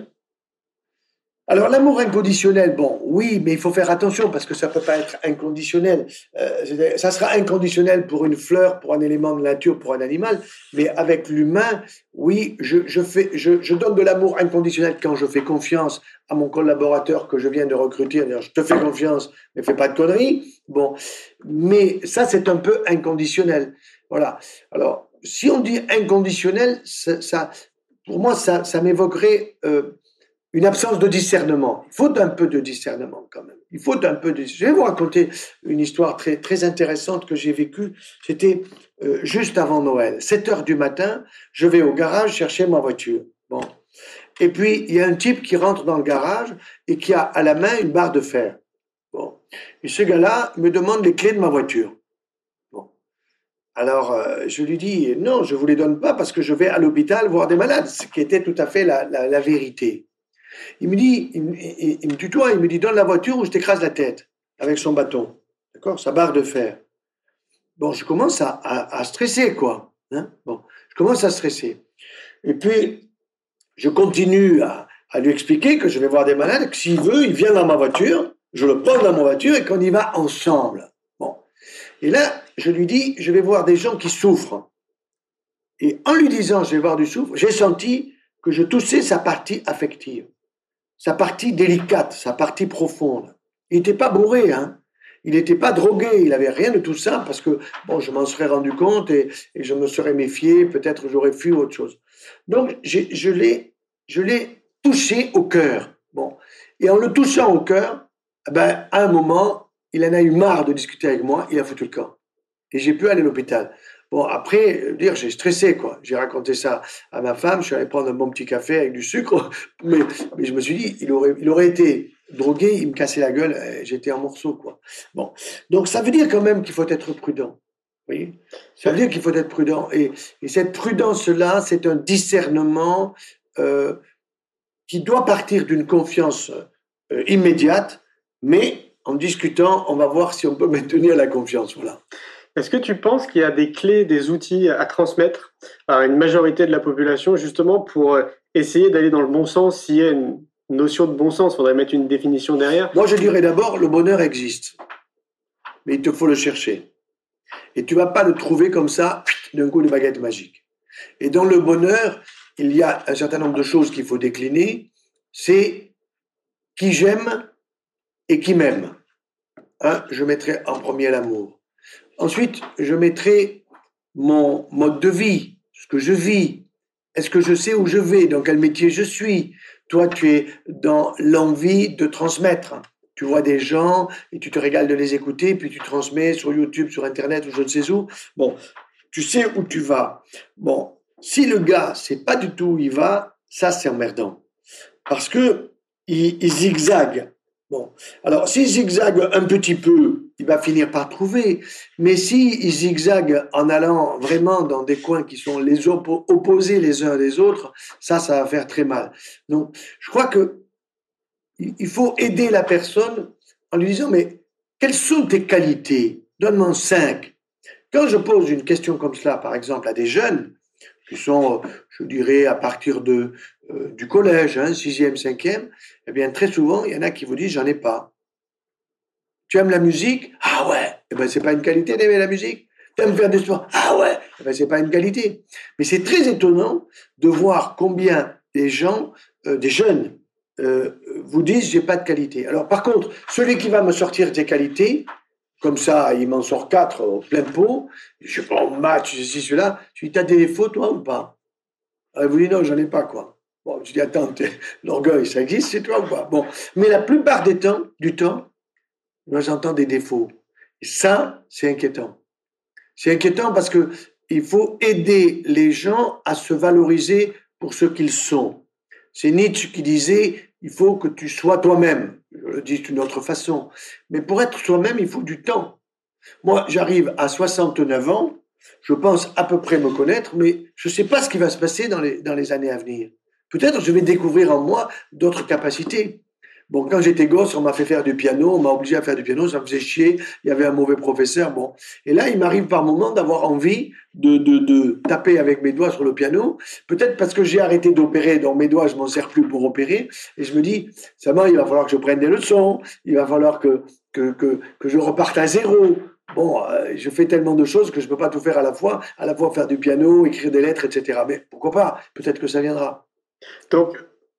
Alors, l'amour inconditionnel, bon, oui, mais il faut faire attention parce que ça ne peut pas être inconditionnel. Euh, ça sera inconditionnel pour une fleur, pour un élément de nature, pour un animal, mais avec l'humain, oui, je, je, fais, je, je donne de l'amour inconditionnel quand je fais confiance à mon collaborateur que je viens de recruter. Je te fais confiance, mais fais pas de conneries. Bon, mais ça, c'est un peu inconditionnel. Voilà. Alors, si on dit inconditionnel, ça, ça pour moi, ça, ça m'évoquerait euh, une absence de discernement. Il faut un peu de discernement quand même. Il faut un peu de. Je vais vous raconter une histoire très très intéressante que j'ai vécue. C'était euh, juste avant Noël, sept heures du matin. Je vais au garage chercher ma voiture. Bon. Et puis il y a un type qui rentre dans le garage et qui a à la main une barre de fer. Bon. Et ce gars-là me demande les clés de ma voiture. Alors, euh, je lui dis, non, je ne vous les donne pas parce que je vais à l'hôpital voir des malades, ce qui était tout à fait la, la, la vérité. Il me dit, il, il, il me tutoie, il me dit, donne la voiture ou je t'écrase la tête avec son bâton, d'accord, sa barre de fer. Bon, je commence à, à, à stresser, quoi. Hein bon, je commence à stresser. Et puis, je continue à, à lui expliquer que je vais voir des malades, que s'il veut, il vient dans ma voiture, je le prends dans ma voiture et qu'on y va ensemble. Bon. Et là, je lui dis, je vais voir des gens qui souffrent. Et en lui disant, je vais voir du souffre, j'ai senti que je touchais sa partie affective, sa partie délicate, sa partie profonde. Il n'était pas bourré, hein. Il n'était pas drogué, il n'avait rien de tout ça, parce que, bon, je m'en serais rendu compte et, et je me serais méfié, peut-être j'aurais fui autre chose. Donc, j'ai, je l'ai, je l'ai touché au cœur. Bon. Et en le touchant au cœur, ben, à un moment, il en a eu marre de discuter avec moi, il a foutu le camp. Et j'ai pu aller à l'hôpital. Bon, après, dire, j'ai stressé, quoi. J'ai raconté ça à ma femme, je suis allé prendre un bon petit café avec du sucre, mais, mais je me suis dit, il aurait, il aurait été drogué, il me cassait la gueule, j'étais en morceaux, quoi. Bon. Donc, ça veut dire quand même qu'il faut être prudent. Vous voyez? Ça veut dire qu'il faut être prudent. Et, et cette prudence-là, c'est un discernement, euh, qui doit partir d'une confiance euh, immédiate, mais en discutant, on va voir si on peut maintenir la confiance, voilà. Est-ce que tu penses qu'il y a des clés, des outils à transmettre à une majorité de la population, justement, pour essayer d'aller dans le bon sens? S'il y a une notion de bon sens, il faudrait mettre une définition derrière. Moi, je dirais d'abord, le bonheur existe, mais il te faut le chercher. Et tu ne vas pas le trouver comme ça, d'un coup de baguette magique. Et dans le bonheur, il y a un certain nombre de choses qu'il faut décliner. C'est qui j'aime et qui m'aime. Hein, je mettrai en premier l'amour. Ensuite, je mettrai mon mode de vie, ce que je vis. Est-ce que je sais où je vais, dans quel métier je suis? Toi, tu es dans l'envie de transmettre. Tu vois des gens et tu te régales de les écouter, puis tu transmets sur YouTube, sur Internet ou je ne sais où. Bon, tu sais où tu vas. Bon, si le gars ne sait pas du tout où il va, ça c'est emmerdant. Parce que il, il zigzague. Bon, alors s'il zigzague un petit peu, il va finir par trouver. Mais s'il zigzague en allant vraiment dans des coins qui sont les oppo- opposés les uns des autres, ça, ça va faire très mal. Donc, je crois que il faut aider la personne en lui disant, mais quelles sont tes qualités? Donne-moi cinq. Quand je pose une question comme cela, par exemple, à des jeunes, qui sont, je dirais, à partir de, euh, du collège, hein, sixième, cinquième, eh bien, très souvent, il y en a qui vous disent, j'en ai pas. Tu aimes la musique? Ah ouais. Eh ben, c'est pas une qualité d'aimer la musique. Tu aimes faire du sport? Ah ouais. Eh ben, c'est pas une qualité. Mais c'est très étonnant de voir combien des gens, euh, des jeunes, euh, vous disent, j'ai pas de qualité. Alors, par contre, celui qui va me sortir des qualités, comme ça, il m'en sort quatre au plein pot. Je sais pas, en match, ceci, cela. Je lui dis, t'as des défauts, toi, ou pas? Elle vous dit, non, j'en ai pas, quoi. Bon, je dis, attends, l'orgueil, ça existe, c'est toi ou pas? Bon. Mais la plupart des temps, du temps, moi, j'entends des défauts. Et ça, c'est inquiétant. C'est inquiétant parce que il faut aider les gens à se valoriser pour ce qu'ils sont. C'est Nietzsche qui disait, il faut que tu sois toi-même. Je le dis d'une autre façon. Mais pour être soi-même, il faut du temps. Moi, j'arrive à soixante-neuf ans, je pense à peu près me connaître, mais je ne sais pas ce qui va se passer dans les, dans les années à venir. Peut-être je vais découvrir en moi d'autres capacités. Bon, quand j'étais gosse, on m'a fait faire du piano, on m'a obligé à faire du piano, ça me faisait chier, il y avait un mauvais professeur, bon. Et là, il m'arrive par moments d'avoir envie de, de, de taper avec mes doigts sur le piano, peut-être parce que j'ai arrêté d'opérer, donc mes doigts, je m'en sers plus pour opérer, et je me dis, ça va, il va falloir que je prenne des leçons, il va falloir que, que, que, que je reparte à zéro. Bon, euh, je fais tellement de choses que je peux pas tout faire à la fois, à la fois faire du piano, écrire des lettres, et cetera. Mais pourquoi pas? Peut-être que ça viendra. Donc,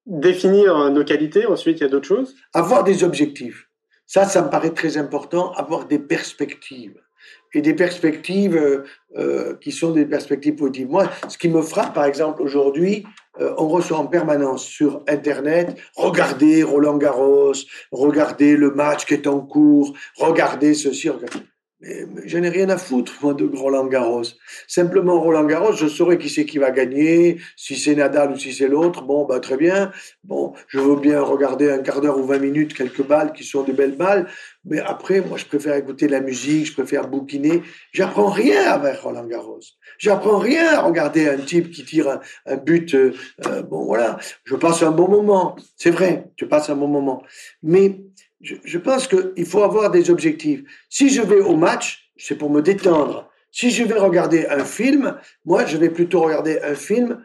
définir nos qualités, ensuite il y a d'autres choses. Avoir des objectifs, ça, ça me paraît très important, avoir des perspectives. Et des perspectives euh, euh, qui sont des perspectives positives. Moi, ce qui me frappe, par exemple, aujourd'hui, euh, on reçoit en permanence sur Internet, regardez Roland Garros, regardez le match qui est en cours, regardez ceci, regardez... Mais, mais je n'ai rien à foutre, moi, de Roland Garros. Simplement, Roland Garros, je saurai qui c'est qui va gagner, si c'est Nadal ou si c'est l'autre. Bon, bah, très bien. Bon, je veux bien regarder un quart d'heure ou vingt minutes quelques balles qui sont des belles balles. Mais après, moi, je préfère écouter de la musique, je préfère bouquiner. J'apprends rien avec Roland Garros. J'apprends rien à regarder un type qui tire un, un but. Euh, euh, bon, voilà. Je passe un bon moment. C'est vrai, je passe un bon moment. Mais, Je, je pense qu'il faut avoir des objectifs. Si je vais au match, c'est pour me détendre. Si je vais regarder un film, moi, je vais plutôt regarder un film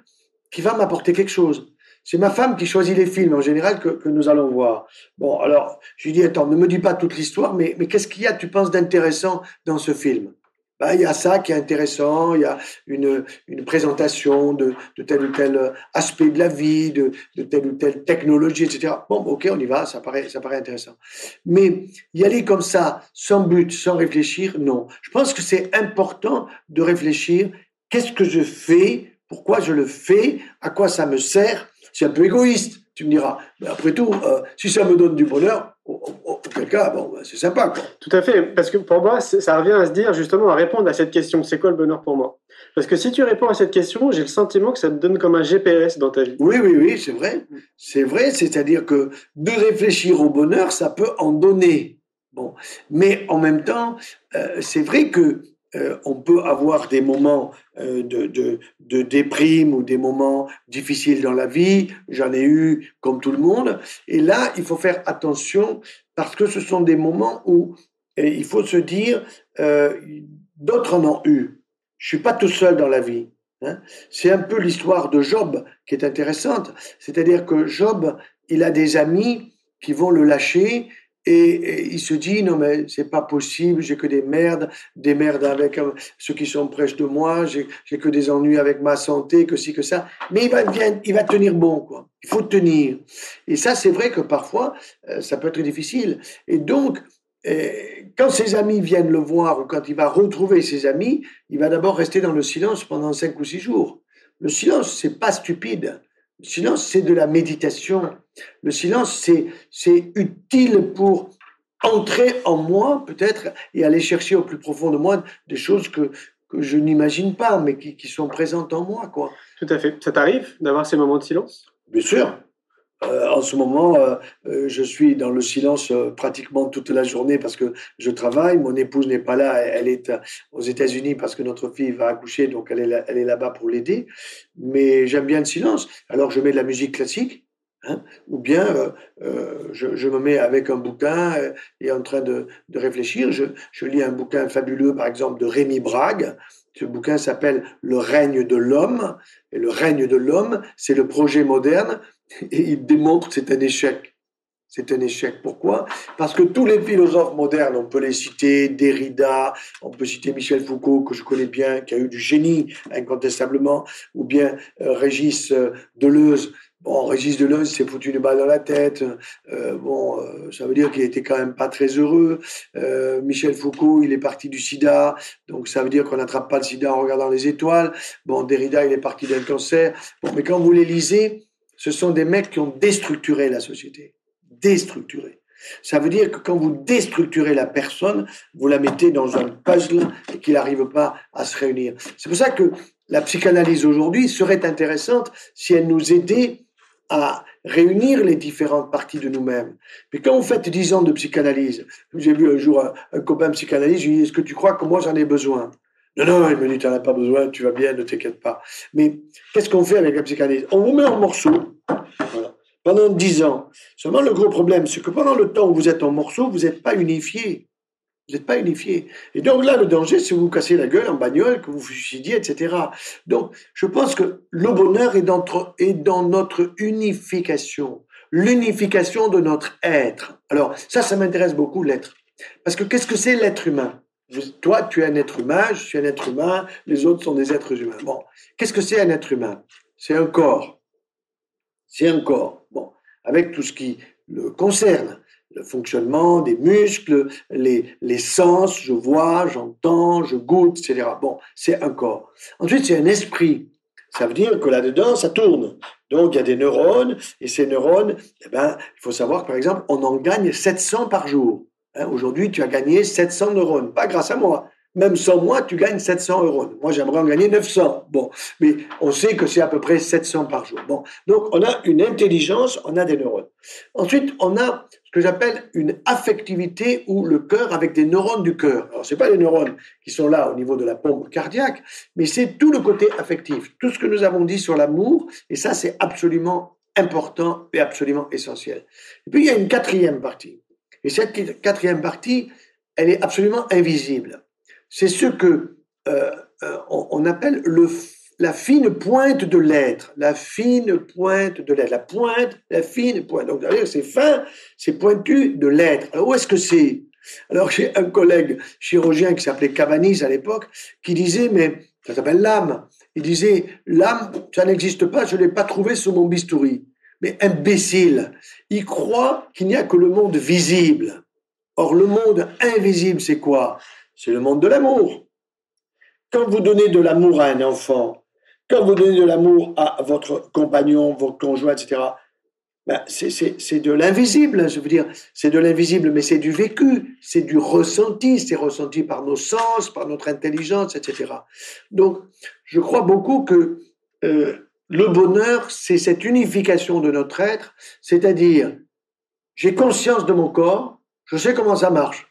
qui va m'apporter quelque chose. C'est ma femme qui choisit les films en général que, que nous allons voir. Bon, alors, je lui dis, attends, ne me dis pas toute l'histoire, mais, mais qu'est-ce qu'il y a, tu penses, d'intéressant dans ce film? Ben, il y a ça qui est intéressant, il y a une, une présentation de, de tel ou tel aspect de la vie, de, de telle ou telle technologie, et cetera. Bon, ok, on y va, ça paraît, ça paraît intéressant. Mais y aller comme ça, sans but, sans réfléchir, non. Je pense que c'est important de réfléchir, qu'est-ce que je fais, pourquoi je le fais, à quoi ça me sert. C'est un peu égoïste, tu me diras. Mais après tout, euh, si ça me donne du bonheur, auquel cas, bon, ben, c'est sympa, quoi. Tout à fait, parce que pour moi, ça revient à se dire, justement, à répondre à cette question, c'est quoi le bonheur pour moi? Parce que si tu réponds à cette question, j'ai le sentiment que ça te donne comme un G P S dans ta vie. Oui, oui, oui, c'est vrai. C'est vrai, c'est-à-dire que de réfléchir au bonheur, ça peut en donner. Bon, mais en même temps, euh, c'est vrai que Euh, on peut avoir des moments euh, de, de, de déprime ou des moments difficiles dans la vie. J'en ai eu comme tout le monde. Et là, il faut faire attention parce que ce sont des moments où euh, il faut se dire euh, d'autres en ont eu. Je suis pas tout seul dans la vie. Hein. C'est un peu l'histoire de Job qui est intéressante. C'est-à-dire que Job, il a des amis qui vont le lâcher. Et, et il se dit, non mais c'est pas possible, j'ai que des merdes, des merdes avec euh, ceux qui sont proches de moi, j'ai, j'ai que des ennuis avec ma santé, que ci, que ça. Mais il va, bien, il va tenir bon, quoi. Il faut tenir. Et ça, c'est vrai que parfois, euh, ça peut être difficile. Et donc, euh, quand ses amis viennent le voir ou quand il va retrouver ses amis, il va d'abord rester dans le silence pendant cinq ou six jours. Le silence, c'est pas stupide. Le silence, c'est de la méditation. Le silence, c'est, c'est utile pour entrer en moi, peut-être, et aller chercher au plus profond de moi des choses que, que je n'imagine pas, mais qui, qui sont présentes en moi, quoi. Tout à fait. Ça t'arrive d'avoir ces moments de silence? Bien sûr. Euh, en ce moment, euh, euh, je suis dans le silence euh, pratiquement toute la journée parce que je travaille. Mon épouse n'est pas là, elle est aux États-Unis parce que notre fille va accoucher, donc elle est, là, elle est là-bas pour l'aider. Mais j'aime bien le silence. Alors je mets de la musique classique, hein, ou bien euh, euh, je, je me mets avec un bouquin euh, et en train de, de réfléchir. Je, je lis un bouquin fabuleux, par exemple, de Rémi Brague. Ce bouquin s'appelle « Le règne de l'homme ». Et le règne de l'homme, c'est le projet moderne. Et il démontre que c'est un échec. C'est un échec. Pourquoi? Parce que tous les philosophes modernes, on peut les citer, Derrida, on peut citer Michel Foucault, que je connais bien, qui a eu du génie, incontestablement, ou bien euh, Régis euh, Deleuze. Bon, Régis Deleuze s'est foutu une balle dans la tête. Euh, bon, euh, ça veut dire qu'il était quand même pas très heureux. Euh, Michel Foucault, il est parti du sida, donc ça veut dire qu'on n'attrape pas le sida en regardant les étoiles. Bon, Derrida, il est parti d'un cancer. Bon, mais quand vous les lisez, ce sont des mecs qui ont déstructuré la société. Déstructuré. Ça veut dire que quand vous déstructurez la personne, vous la mettez dans un puzzle et qu'il n'arrive pas à se réunir. C'est pour ça que la psychanalyse aujourd'hui serait intéressante si elle nous aidait à réunir les différentes parties de nous-mêmes. Mais quand vous faites dix ans de psychanalyse, j'ai vu un jour un, un copain psychanalyste, je lui ai dit, est-ce que tu crois que moi j'en ai besoin? Non, non, il me dit, tu n'en as pas besoin, tu vas bien, ne t'inquiète pas. Mais qu'est-ce qu'on fait avec la psychanalyse? On vous met en morceaux, voilà, pendant dix ans. Seulement, le gros problème, c'est que pendant le temps où vous êtes en morceaux, vous n'êtes pas unifié. Vous n'êtes pas unifié. Et donc là, le danger, c'est que vous vous cassez la gueule en bagnole, que vous vous suicidiez, et cetera. Donc, je pense que le bonheur est dans, est dans notre unification, l'unification de notre être. Alors, ça, ça m'intéresse beaucoup, l'être. Parce que qu'est-ce que c'est l'être humain? Toi, tu es un être humain, je suis un être humain, les autres sont des êtres humains. Bon, qu'est-ce que c'est un être humain? C'est un corps. C'est un corps. Bon, avec tout ce qui le concerne, le fonctionnement des muscles, les, les sens, je vois, j'entends, je goûte, et cetera. Bon, c'est un corps. Ensuite, c'est un esprit. Ça veut dire que là-dedans, ça tourne. Donc, il y a des neurones, et ces neurones, eh ben, il faut savoir que, par exemple, on en gagne sept cents par jour. Hein, aujourd'hui, tu as gagné sept cents neurones. Pas grâce à moi. Même sans moi, tu gagnes sept cents neurones. Moi, j'aimerais en gagner neuf cents. Bon, mais on sait que c'est à peu près sept cents par jour. Bon, donc on a une intelligence, on a des neurones. Ensuite, on a ce que j'appelle une affectivité ou le cœur avec des neurones du cœur. Alors, c'est pas les neurones qui sont là au niveau de la pompe cardiaque, mais c'est tout le côté affectif, tout ce que nous avons dit sur l'amour, et ça, c'est absolument important et absolument essentiel. Et puis, il y a une quatrième partie. Et cette quatrième partie, elle est absolument invisible. C'est ce que euh, euh, on, on appelle le, la fine pointe de l'être, la fine pointe de l'être, la pointe, la fine pointe. Donc, c'est-à-dire c'est fin, c'est pointu de l'être. Alors, où est-ce que c'est? Alors, j'ai un collègue chirurgien qui s'appelait Cabanis à l'époque, qui disait, mais ça s'appelle l'âme. Il disait, l'âme, ça n'existe pas, je ne l'ai pas trouvé sur mon bistouri. Mais imbécile, il croit qu'il n'y a que le monde visible. Or, le monde invisible, c'est quoi? C'est le monde de l'amour. Quand vous donnez de l'amour à un enfant, quand vous donnez de l'amour à votre compagnon, votre conjoint, et cetera, ben c'est, c'est, c'est de l'invisible, je veux dire, c'est de l'invisible, mais c'est du vécu, c'est du ressenti, c'est ressenti par nos sens, par notre intelligence, et cetera. Donc, je crois beaucoup que euh, le bonheur, c'est cette unification de notre être, c'est-à-dire, j'ai conscience de mon corps, je sais comment ça marche.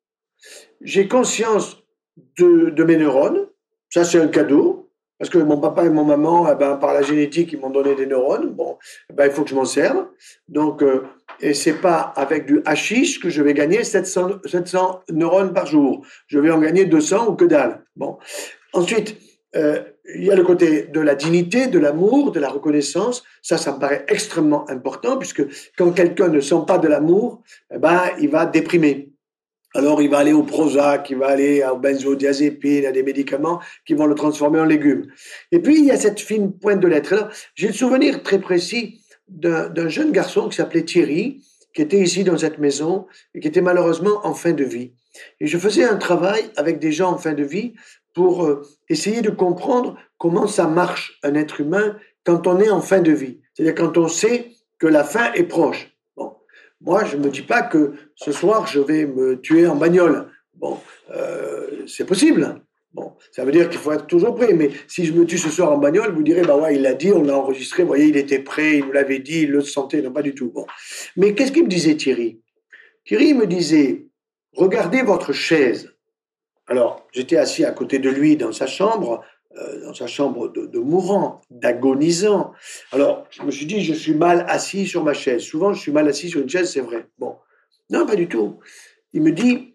J'ai conscience de, de mes neurones, ça c'est un cadeau, parce que mon papa et mon maman, eh ben, par la génétique, ils m'ont donné des neurones, bon, eh ben, il faut que je m'en serve. Donc, euh, et c'est pas avec du hashish que je vais gagner sept cents, sept cents neurones par jour. Je vais en gagner deux cents ou que dalle. Bon. Ensuite, euh, il y a le côté de la dignité, de l'amour, de la reconnaissance. Ça, ça me paraît extrêmement important, puisque quand quelqu'un ne sent pas de l'amour, eh ben, il va déprimer. Alors, il va aller au Prozac, il va aller aux benzodiazépines, à des médicaments qui vont le transformer en légume. Et puis, il y a cette fine pointe de l'être. Alors, j'ai le souvenir très précis d'un, d'un jeune garçon qui s'appelait Thierry, qui était ici dans cette maison et qui était malheureusement en fin de vie. Et je faisais un travail avec des gens en fin de vie pour euh, essayer de comprendre comment ça marche un être humain quand on est en fin de vie. C'est-à-dire quand on sait que la fin est proche. Moi, je ne me dis pas que ce soir, je vais me tuer en bagnole. Bon, euh, c'est possible. Bon, ça veut dire qu'il faut être toujours prêt. Mais si je me tue ce soir en bagnole, vous direz, bah ouais, il l'a dit, on l'a enregistré, vous voyez, il était prêt, il nous l'avait dit, il le sentait. Non, pas du tout. Bon. Mais qu'est-ce qu'il me disait, Thierry? Thierry me disait, regardez votre chaise. Alors, j'étais assis à côté de lui dans sa chambre, euh, dans sa chambre de, de mourant, d'agonisant. Alors, je me suis dit, je suis mal assis sur ma chaise. Souvent, je suis mal assis sur une chaise, c'est vrai. Bon, non, pas du tout. Il me dit,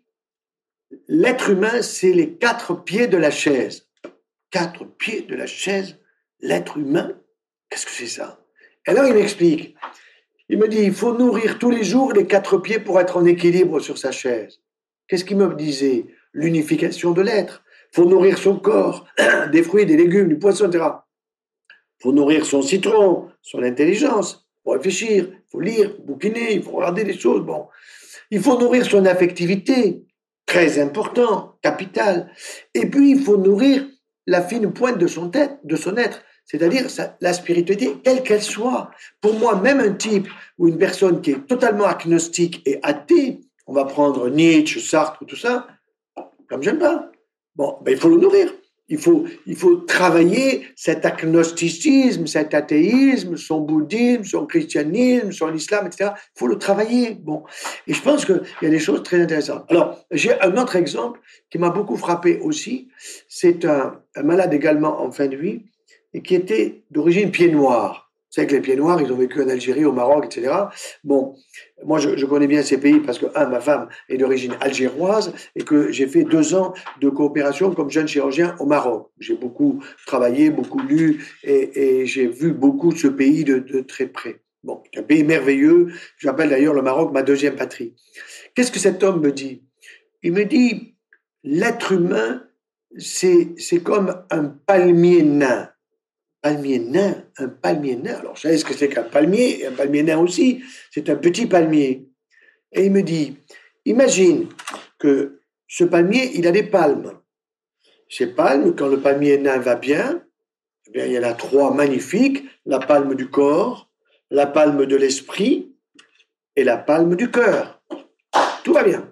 l'être humain, c'est les quatre pieds de la chaise. Quatre pieds de la chaise, l'être humain, qu'est-ce que c'est ça? Et alors, il m'explique. Il me dit, il faut nourrir tous les jours les quatre pieds pour être en équilibre sur sa chaise. Qu'est-ce qu'il me disait? L'unification de l'être. Il faut nourrir son corps, des fruits, des légumes, du poisson, et cetera. Il faut nourrir son citron, son intelligence, il faut réfléchir, il faut lire, bouquiner, il faut regarder des choses. Bon. Il faut nourrir son affectivité, très important, capital. Et puis, il faut nourrir la fine pointe de son tête, de son être, c'est-à-dire sa, la spiritualité, quelle qu'elle soit. Pour moi, même un type ou une personne qui est totalement agnostique et athée, on va prendre Nietzsche, Sartre, tout ça, comme j'aime pas. Bon, ben il faut le nourrir. Il faut, il faut travailler cet agnosticisme, cet athéisme, son bouddhisme, son christianisme, son islam, et cetera. Il faut le travailler. Bon. Et je pense qu'il y a des choses très intéressantes. Alors, j'ai un autre exemple qui m'a beaucoup frappé aussi. C'est un, un malade également en fin de vie et qui était d'origine pied noir. Vous savez que les pieds noirs, ils ont vécu en Algérie, au Maroc, et cetera. Bon, moi, je, je connais bien ces pays parce que, un, ma femme est d'origine algéroise et que j'ai fait deux ans de coopération comme jeune chirurgien au Maroc. J'ai beaucoup travaillé, beaucoup lu et, et j'ai vu beaucoup ce pays de, de très près. Bon, c'est un pays merveilleux. J'appelle d'ailleurs le Maroc ma deuxième patrie. Qu'est-ce que cet homme me dit? Il me dit, l'être humain, c'est, c'est comme un palmier nain. Palmier nain, un palmier nain. Alors, vous savez ce que c'est qu'un palmier, et un palmier nain aussi, c'est un petit palmier. Et il me dit, imagine que ce palmier, il a des palmes. Ces palmes, quand le palmier nain va bien, eh bien, il y en a trois magnifiques, la palme du corps, la palme de l'esprit et la palme du cœur. Tout va bien.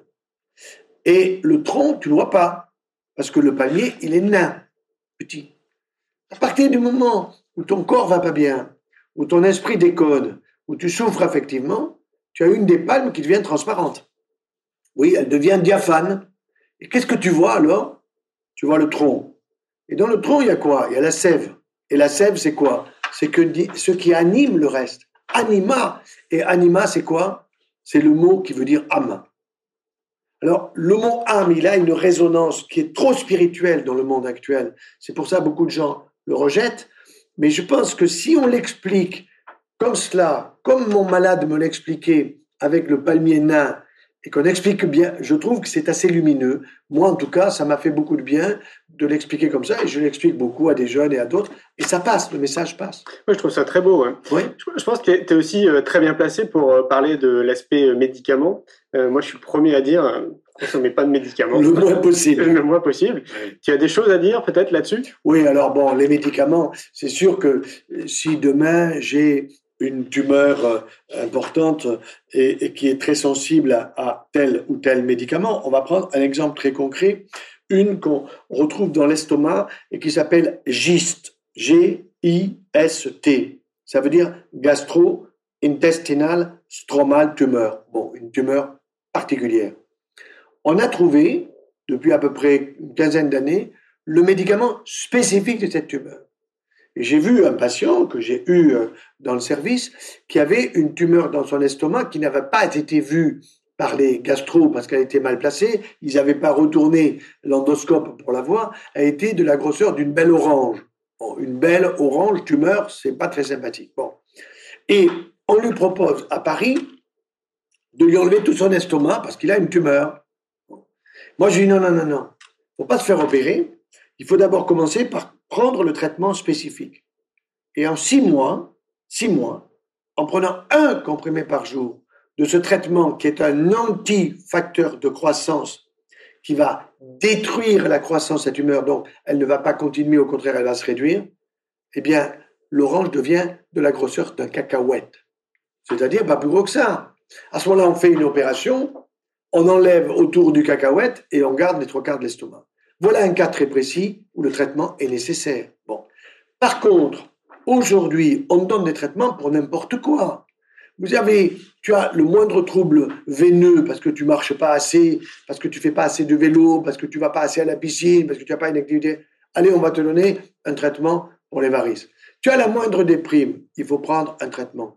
Et le tronc, tu ne le vois pas, parce que le palmier, il est nain, petit. À partir du moment où ton corps va pas bien, où ton esprit déconne, où tu souffres effectivement, tu as une des palmes qui devient transparente. Oui, elle devient diaphane. Et qu'est-ce que tu vois alors? Tu vois le tronc. Et dans le tronc, il y a quoi? Il y a la sève. Et la sève, c'est quoi? C'est que ce qui anime le reste. Anima. Et anima, c'est quoi? C'est le mot qui veut dire âme. Alors, le mot âme, il a une résonance qui est trop spirituelle dans le monde actuel. C'est pour ça que beaucoup de gens le rejettent. Mais je pense que si on l'explique comme cela, comme mon malade me l'expliquait avec le palmier nain, et qu'on explique bien, je trouve que c'est assez lumineux. Moi, en tout cas, ça m'a fait beaucoup de bien de l'expliquer comme ça, et je l'explique beaucoup à des jeunes et à d'autres, et ça passe, le message passe. Moi, je trouve ça très beau. Hein. Oui. Je, je pense que tu es aussi euh, très bien placé pour euh, parler de l'aspect euh, médicament. Euh, moi, je suis le premier à dire, euh, consommez pas de médicaments. Le moins possible. Le moins possible. Oui. Tu as des choses à dire peut-être là-dessus ? Oui, alors bon, les médicaments, c'est sûr que si demain j'ai une tumeur euh, importante et, et qui est très sensible à, à tel ou tel médicament, on va prendre un exemple très concret, une qu'on retrouve dans l'estomac et qui s'appelle GIST, G I S T. Ça veut dire gastro-intestinal stromal tumor. Bon, une tumeur particulière. On a trouvé, depuis à peu près une quinzaine d'années, le médicament spécifique de cette tumeur. Et j'ai vu un patient que j'ai eu dans le service qui avait une tumeur dans son estomac qui n'avait pas été vue par les gastro parce qu'elle était mal placée. Ils n'avaient pas retourné l'endoscope pour la voir. Elle était de la grosseur d'une belle orange. Bon, une belle orange tumeur, c'est pas très sympathique. Bon. Et on lui propose à Paris de lui enlever tout son estomac parce qu'il a une tumeur. Bon. Moi, je dis non, non, non, non. Faut pas se faire opérer. Il faut d'abord commencer par prendre le traitement spécifique. Et en six mois, six mois, en prenant un comprimé par jour de ce traitement qui est un anti-facteur de croissance qui va détruire la croissance de la tumeur, donc elle ne va pas continuer, au contraire, elle va se réduire, eh bien, l'orange devient de la grosseur d'un cacahuète. C'est-à-dire pas plus gros que ça. À ce moment-là, on fait une opération, on enlève autour du cacahuète et on garde les trois quarts de l'estomac. Voilà un cas très précis où le traitement est nécessaire. Bon. Par contre, aujourd'hui, on donne des traitements pour n'importe quoi. Vous avez, tu as le moindre trouble veineux parce que tu marches pas assez, parce que tu fais pas assez de vélo, parce que tu vas pas assez à la piscine, parce que tu n'as pas une activité. Allez, on va te donner un traitement pour les varices. Tu as la moindre déprime, il faut prendre un traitement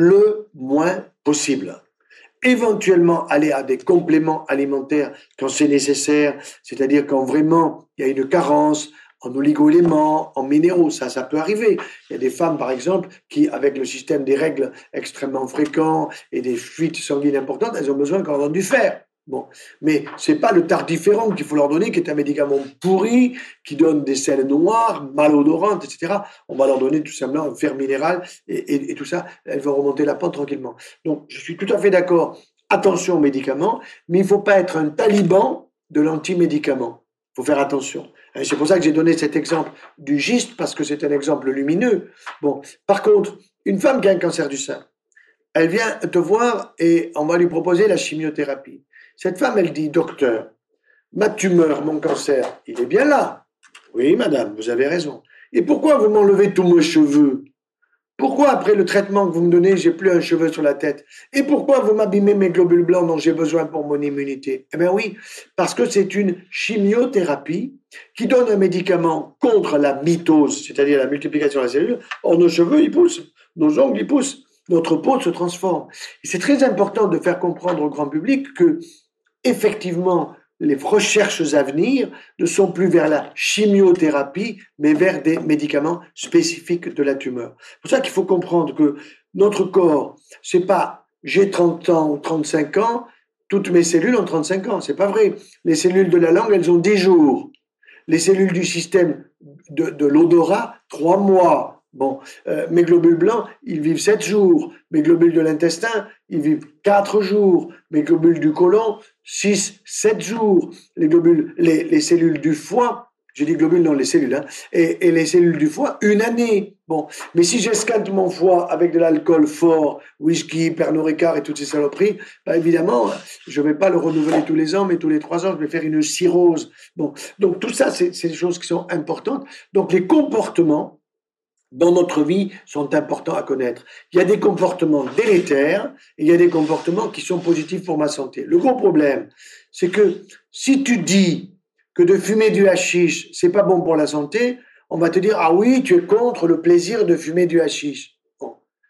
le moins possible. Éventuellement aller à des compléments alimentaires quand c'est nécessaire, c'est-à-dire quand vraiment il y a une carence en oligo-éléments, en minéraux, ça, ça peut arriver. Il y a des femmes, par exemple, qui, avec le système des règles extrêmement fréquents et des fuites sanguines importantes, elles ont besoin qu'on leur donne du fer. Bon, mais c'est pas le tardiférum qu'il faut leur donner, qui est un médicament pourri, qui donne des sels noirs, malodorantes, et cetera. On va leur donner tout simplement un fer minéral et, et, et tout ça, elles vont remonter la pente tranquillement. Donc, je suis tout à fait d'accord. Attention aux médicaments, mais il faut pas être un taliban de l'anti-médicament. Il faut faire attention. Et c'est pour ça que j'ai donné cet exemple du GIST, parce que c'est un exemple lumineux. Bon, par contre, une femme qui a un cancer du sein, elle vient te voir et on va lui proposer la chimiothérapie. Cette femme, elle dit, docteur, ma tumeur, mon cancer, il est bien là. Oui, madame, vous avez raison. Et pourquoi vous m'enlevez tous mes cheveux? Pourquoi, après le traitement que vous me donnez, j'ai plus un cheveu sur la tête? Et pourquoi vous m'abîmez mes globules blancs dont j'ai besoin pour mon immunité? Eh bien oui, parce que c'est une chimiothérapie qui donne un médicament contre la mitose, c'est-à-dire la multiplication de la cellule. Or, nos cheveux, ils poussent, nos ongles, ils poussent, notre peau se transforme. Et c'est très important de faire comprendre au grand public que, effectivement, les recherches à venir ne sont plus vers la chimiothérapie, mais vers des médicaments spécifiques de la tumeur. C'est pour ça qu'il faut comprendre que notre corps, c'est pas j'ai trente ans ou trente-cinq ans, toutes mes cellules ont trente-cinq ans. C'est pas vrai. Les cellules de la langue, elles ont dix jours. Les cellules du système de, de l'odorat, trois mois. Bon, euh, mes globules blancs, ils vivent sept jours. Mes globules de l'intestin, ils vivent quatre jours. Mes globules du côlon, six, sept jours. Les globules, les, les cellules du foie, j'ai dit globules, non, les cellules, hein, et, et les cellules du foie, une année. Bon, mais si j'escalde mon foie avec de l'alcool fort, whisky, Pernod Ricard et toutes ces saloperies, ben évidemment, je vais pas le renouveler tous les ans, mais tous les trois ans, je vais faire une cirrhose. Bon, donc tout ça, c'est, c'est des choses qui sont importantes. Donc les comportements dans notre vie sont importants à connaître. Il y a des comportements délétères et il y a des comportements qui sont positifs pour ma santé. Le gros problème, c'est que si tu dis que de fumer du hashish, c'est pas bon pour la santé, on va te dire, ah oui, tu es contre le plaisir de fumer du hashish. Bon.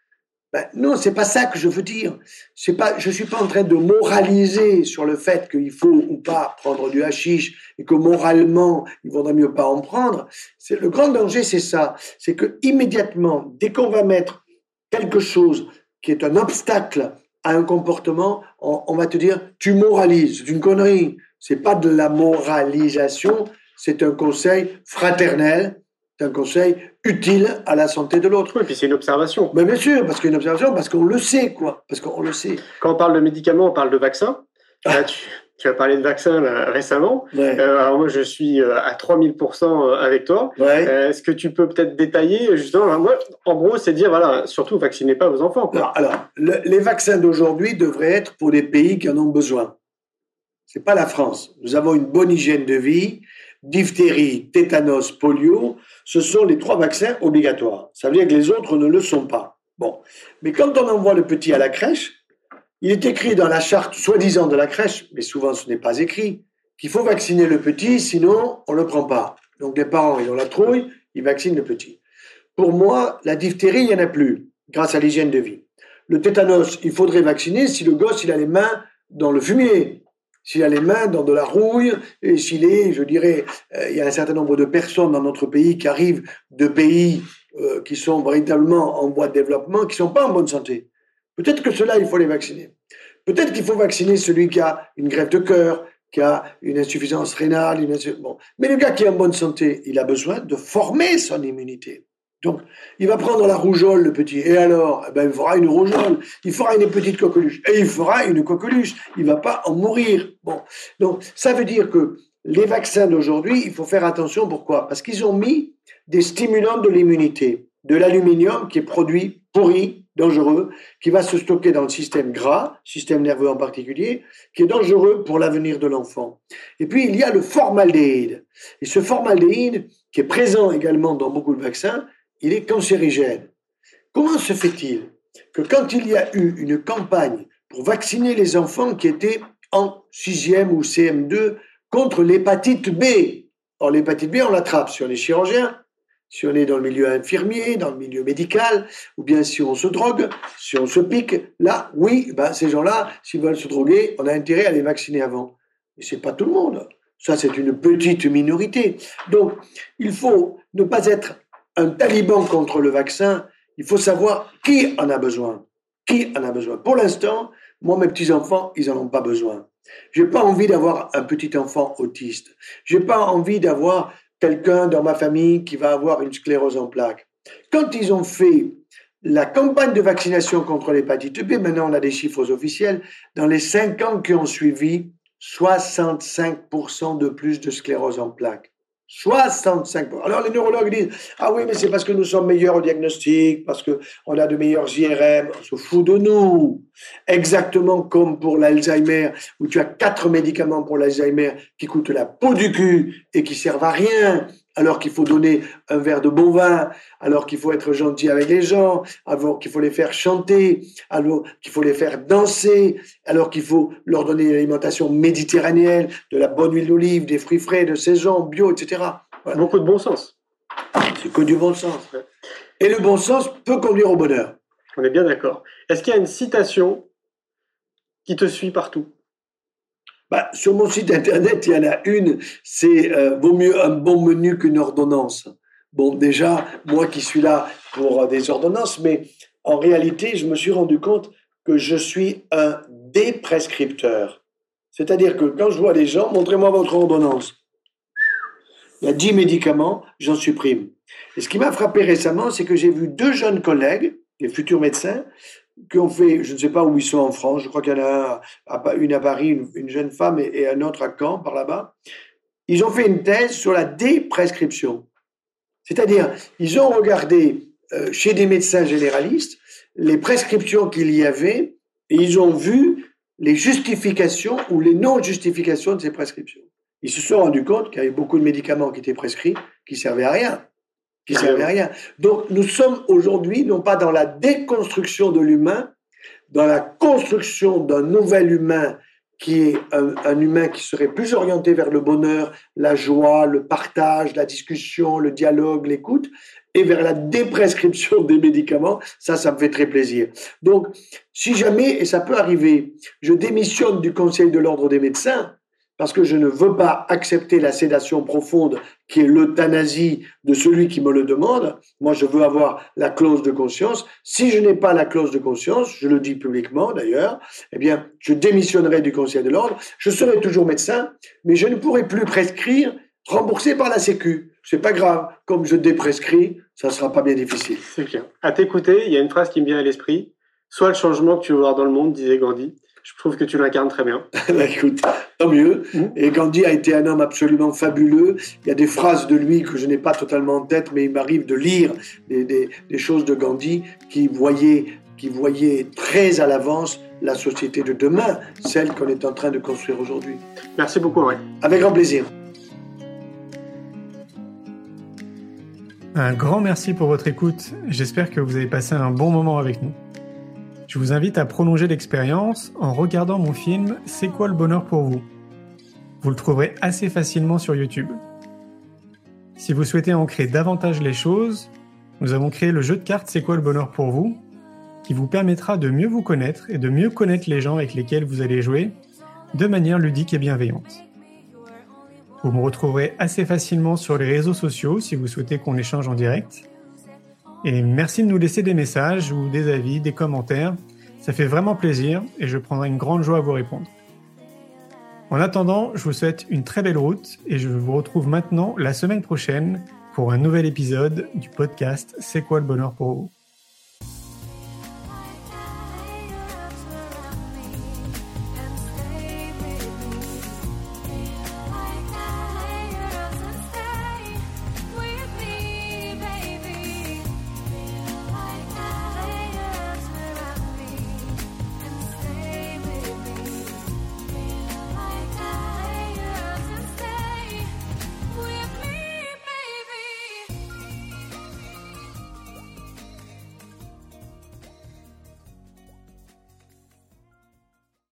Ben, non, c'est pas ça que je veux dire. C'est pas, je suis pas en train de moraliser sur le fait qu'il faut ou pas prendre du hashish et que moralement, il vaudrait mieux pas en prendre. C'est, le grand danger, c'est ça. C'est que immédiatement, dès qu'on va mettre quelque chose qui est un obstacle à un comportement, on, on va te dire, tu moralises. C'est une connerie. C'est pas de la moralisation. C'est un conseil fraternel. C'est un conseil utile à la santé de l'autre. Oui, et puis c'est une observation. Mais bien sûr, parce qu'il y a une observation, parce qu'on le sait, quoi. Parce qu'on le sait. Quand on parle de médicaments, on parle de vaccins. Là, tu, tu as parlé de vaccins là, récemment. Ouais. Euh, alors moi, je suis à trois mille pour cent avec toi. Ouais. Euh, est-ce que tu peux peut-être détailler justement alors, moi, en gros, c'est dire, voilà, surtout, vaccinez pas vos enfants. Quoi. Alors, alors le, les vaccins d'aujourd'hui devraient être pour les pays qui en ont besoin. C'est pas la France. Nous avons une bonne hygiène de vie. Diphtérie, tétanos, polio, ce sont les trois vaccins obligatoires. Ça veut dire que les autres ne le sont pas. Bon. Mais quand on envoie le petit à la crèche, il est écrit dans la charte soi-disant de la crèche, mais souvent ce n'est pas écrit, qu'il faut vacciner le petit, sinon on ne le prend pas. Donc les parents, ils ont la trouille, ils vaccinent le petit. Pour moi, la diphtérie, il n'y en a plus, grâce à l'hygiène de vie. Le tétanos, il faudrait vacciner si le gosse, il a les mains dans le fumier. S'il a les mains dans de la rouille, et s'il est, je dirais, euh, il y a un certain nombre de personnes dans notre pays qui arrivent de pays euh, qui sont véritablement en voie de développement, qui sont pas en bonne santé. Peut-être que ceux-là, il faut les vacciner. Peut-être qu'il faut vacciner celui qui a une greffe de cœur, qui a une insuffisance rénale, une insuffisance... Bon. Mais le gars qui est en bonne santé, il a besoin de former son immunité. Donc, il va prendre la rougeole, le petit. Et alors, eh ben, il fera une rougeole. Il fera une petite coqueluche. Et il fera une coqueluche. Il va pas en mourir. Bon. Donc, ça veut dire que les vaccins d'aujourd'hui, il faut faire attention. Pourquoi? Parce qu'ils ont mis des stimulants de l'immunité. De l'aluminium qui est produit pourri, dangereux, qui va se stocker dans le système gras, système nerveux en particulier, qui est dangereux pour l'avenir de l'enfant. Et puis, il y a le formaldéhyde. Et ce formaldéhyde, qui est présent également dans beaucoup de vaccins, il est cancérigène. Comment se fait-il que quand il y a eu une campagne pour vacciner les enfants qui étaient en sixième ou C M deux contre l'hépatite B, or l'hépatite B, on l'attrape si on est chirurgien, si on est dans le milieu infirmier, dans le milieu médical, ou bien si on se drogue, si on se pique, là, oui, ben, ces gens-là, s'ils veulent se droguer, on a intérêt à les vacciner avant. Mais c'est pas tout le monde. Ça, c'est une petite minorité. Donc, il faut ne pas être un taliban contre le vaccin, il faut savoir qui en a besoin. Qui en a besoin. Pour l'instant, moi, mes petits-enfants, ils n'en ont pas besoin. J'ai pas envie d'avoir un petit enfant autiste. J'ai pas envie d'avoir quelqu'un dans ma famille qui va avoir une sclérose en plaques. Quand ils ont fait la campagne de vaccination contre l'hépatite B, maintenant on a des chiffres officiels, dans les cinq ans qui ont suivi, soixante-cinq pour cent de plus de sclérose en plaques. soixante-cinq pour cent. Alors les neurologues disent « Ah oui, mais c'est parce que nous sommes meilleurs au diagnostic, parce qu'on a de meilleurs I R M. » On se fout de nous. Exactement comme pour l'Alzheimer, où tu as quatre médicaments pour l'Alzheimer qui coûtent la peau du cul et qui servent à rien, alors qu'il faut donner un verre de bon vin, alors qu'il faut être gentil avec les gens, alors qu'il faut les faire chanter, alors qu'il faut les faire danser, alors qu'il faut leur donner une alimentation méditerranéenne, de la bonne huile d'olive, des fruits frais, de saison, bio, et cetera. Voilà. Beaucoup de bon sens. C'est que du bon sens. Et le bon sens peut conduire au bonheur. On est bien d'accord. Est-ce qu'il y a une citation qui te suit partout? Bah, sur mon site internet, il y en a une, c'est euh, « Vaut mieux un bon menu qu'une ordonnance ». Bon, déjà, moi qui suis là pour euh, des ordonnances, mais en réalité, je me suis rendu compte que je suis un déprescripteur. C'est-à-dire que quand je vois les gens, montrez-moi votre ordonnance. Il y a dix médicaments, j'en supprime. Et ce qui m'a frappé récemment, c'est que j'ai vu deux jeunes collègues, des futurs médecins, qui ont fait, je ne sais pas où ils sont en France, je crois qu'il y en a un, une à Paris, une, une jeune femme, et, et un autre à Caen, par là-bas. Ils ont fait une thèse sur la déprescription. C'est-à-dire, ils ont regardé euh, chez des médecins généralistes les prescriptions qu'il y avait, et ils ont vu les justifications ou les non-justifications de ces prescriptions. Ils se sont rendus compte qu'il y avait beaucoup de médicaments qui étaient prescrits, qui ne servaient à rien. qui ne servait à rien. Donc, nous sommes aujourd'hui, non pas dans la déconstruction de l'humain, dans la construction d'un nouvel humain qui est un, un humain qui serait plus orienté vers le bonheur, la joie, le partage, la discussion, le dialogue, l'écoute, et vers la déprescription des médicaments. Ça, ça me fait très plaisir. Donc, si jamais, et ça peut arriver, je démissionne du Conseil de l'Ordre des médecins, parce que je ne veux pas accepter la sédation profonde qui est l'euthanasie de celui qui me le demande. Moi, je veux avoir la clause de conscience. Si je n'ai pas la clause de conscience, je le dis publiquement d'ailleurs, eh bien, je démissionnerai du Conseil de l'Ordre. Je serai toujours médecin, mais je ne pourrai plus prescrire remboursé par la Sécu. C'est pas grave. Comme je déprescris, ça sera pas bien difficile. C'est clair. À t'écouter, il y a une phrase qui me vient à l'esprit. Sois le changement que tu veux voir dans le monde, disait Gandhi. Je trouve que tu l'incarnes très bien. Écoute, tant mieux. Mmh. Et Gandhi a été un homme absolument fabuleux. Il y a des phrases de lui que je n'ai pas totalement en tête, mais il m'arrive de lire des, des, des choses de Gandhi qui voyaient, qui voyaient très à l'avance la société de demain, celle qu'on est en train de construire aujourd'hui. Merci beaucoup, Henri. Avec grand plaisir. Un grand merci pour votre écoute. J'espère que vous avez passé un bon moment avec nous. Je vous invite à prolonger l'expérience en regardant mon film « C'est quoi le bonheur pour vous ?» Vous le trouverez assez facilement sur YouTube. Si vous souhaitez ancrer davantage les choses, nous avons créé le jeu de cartes « C'est quoi le bonheur pour vous ?» qui vous permettra de mieux vous connaître et de mieux connaître les gens avec lesquels vous allez jouer de manière ludique et bienveillante. Vous me retrouverez assez facilement sur les réseaux sociaux si vous souhaitez qu'on échange en direct. Et merci de nous laisser des messages ou des avis, des commentaires. Ça fait vraiment plaisir et je prendrai une grande joie à vous répondre. En attendant, je vous souhaite une très belle route et je vous retrouve maintenant la semaine prochaine pour un nouvel épisode du podcast « C'est quoi le bonheur pour vous ?»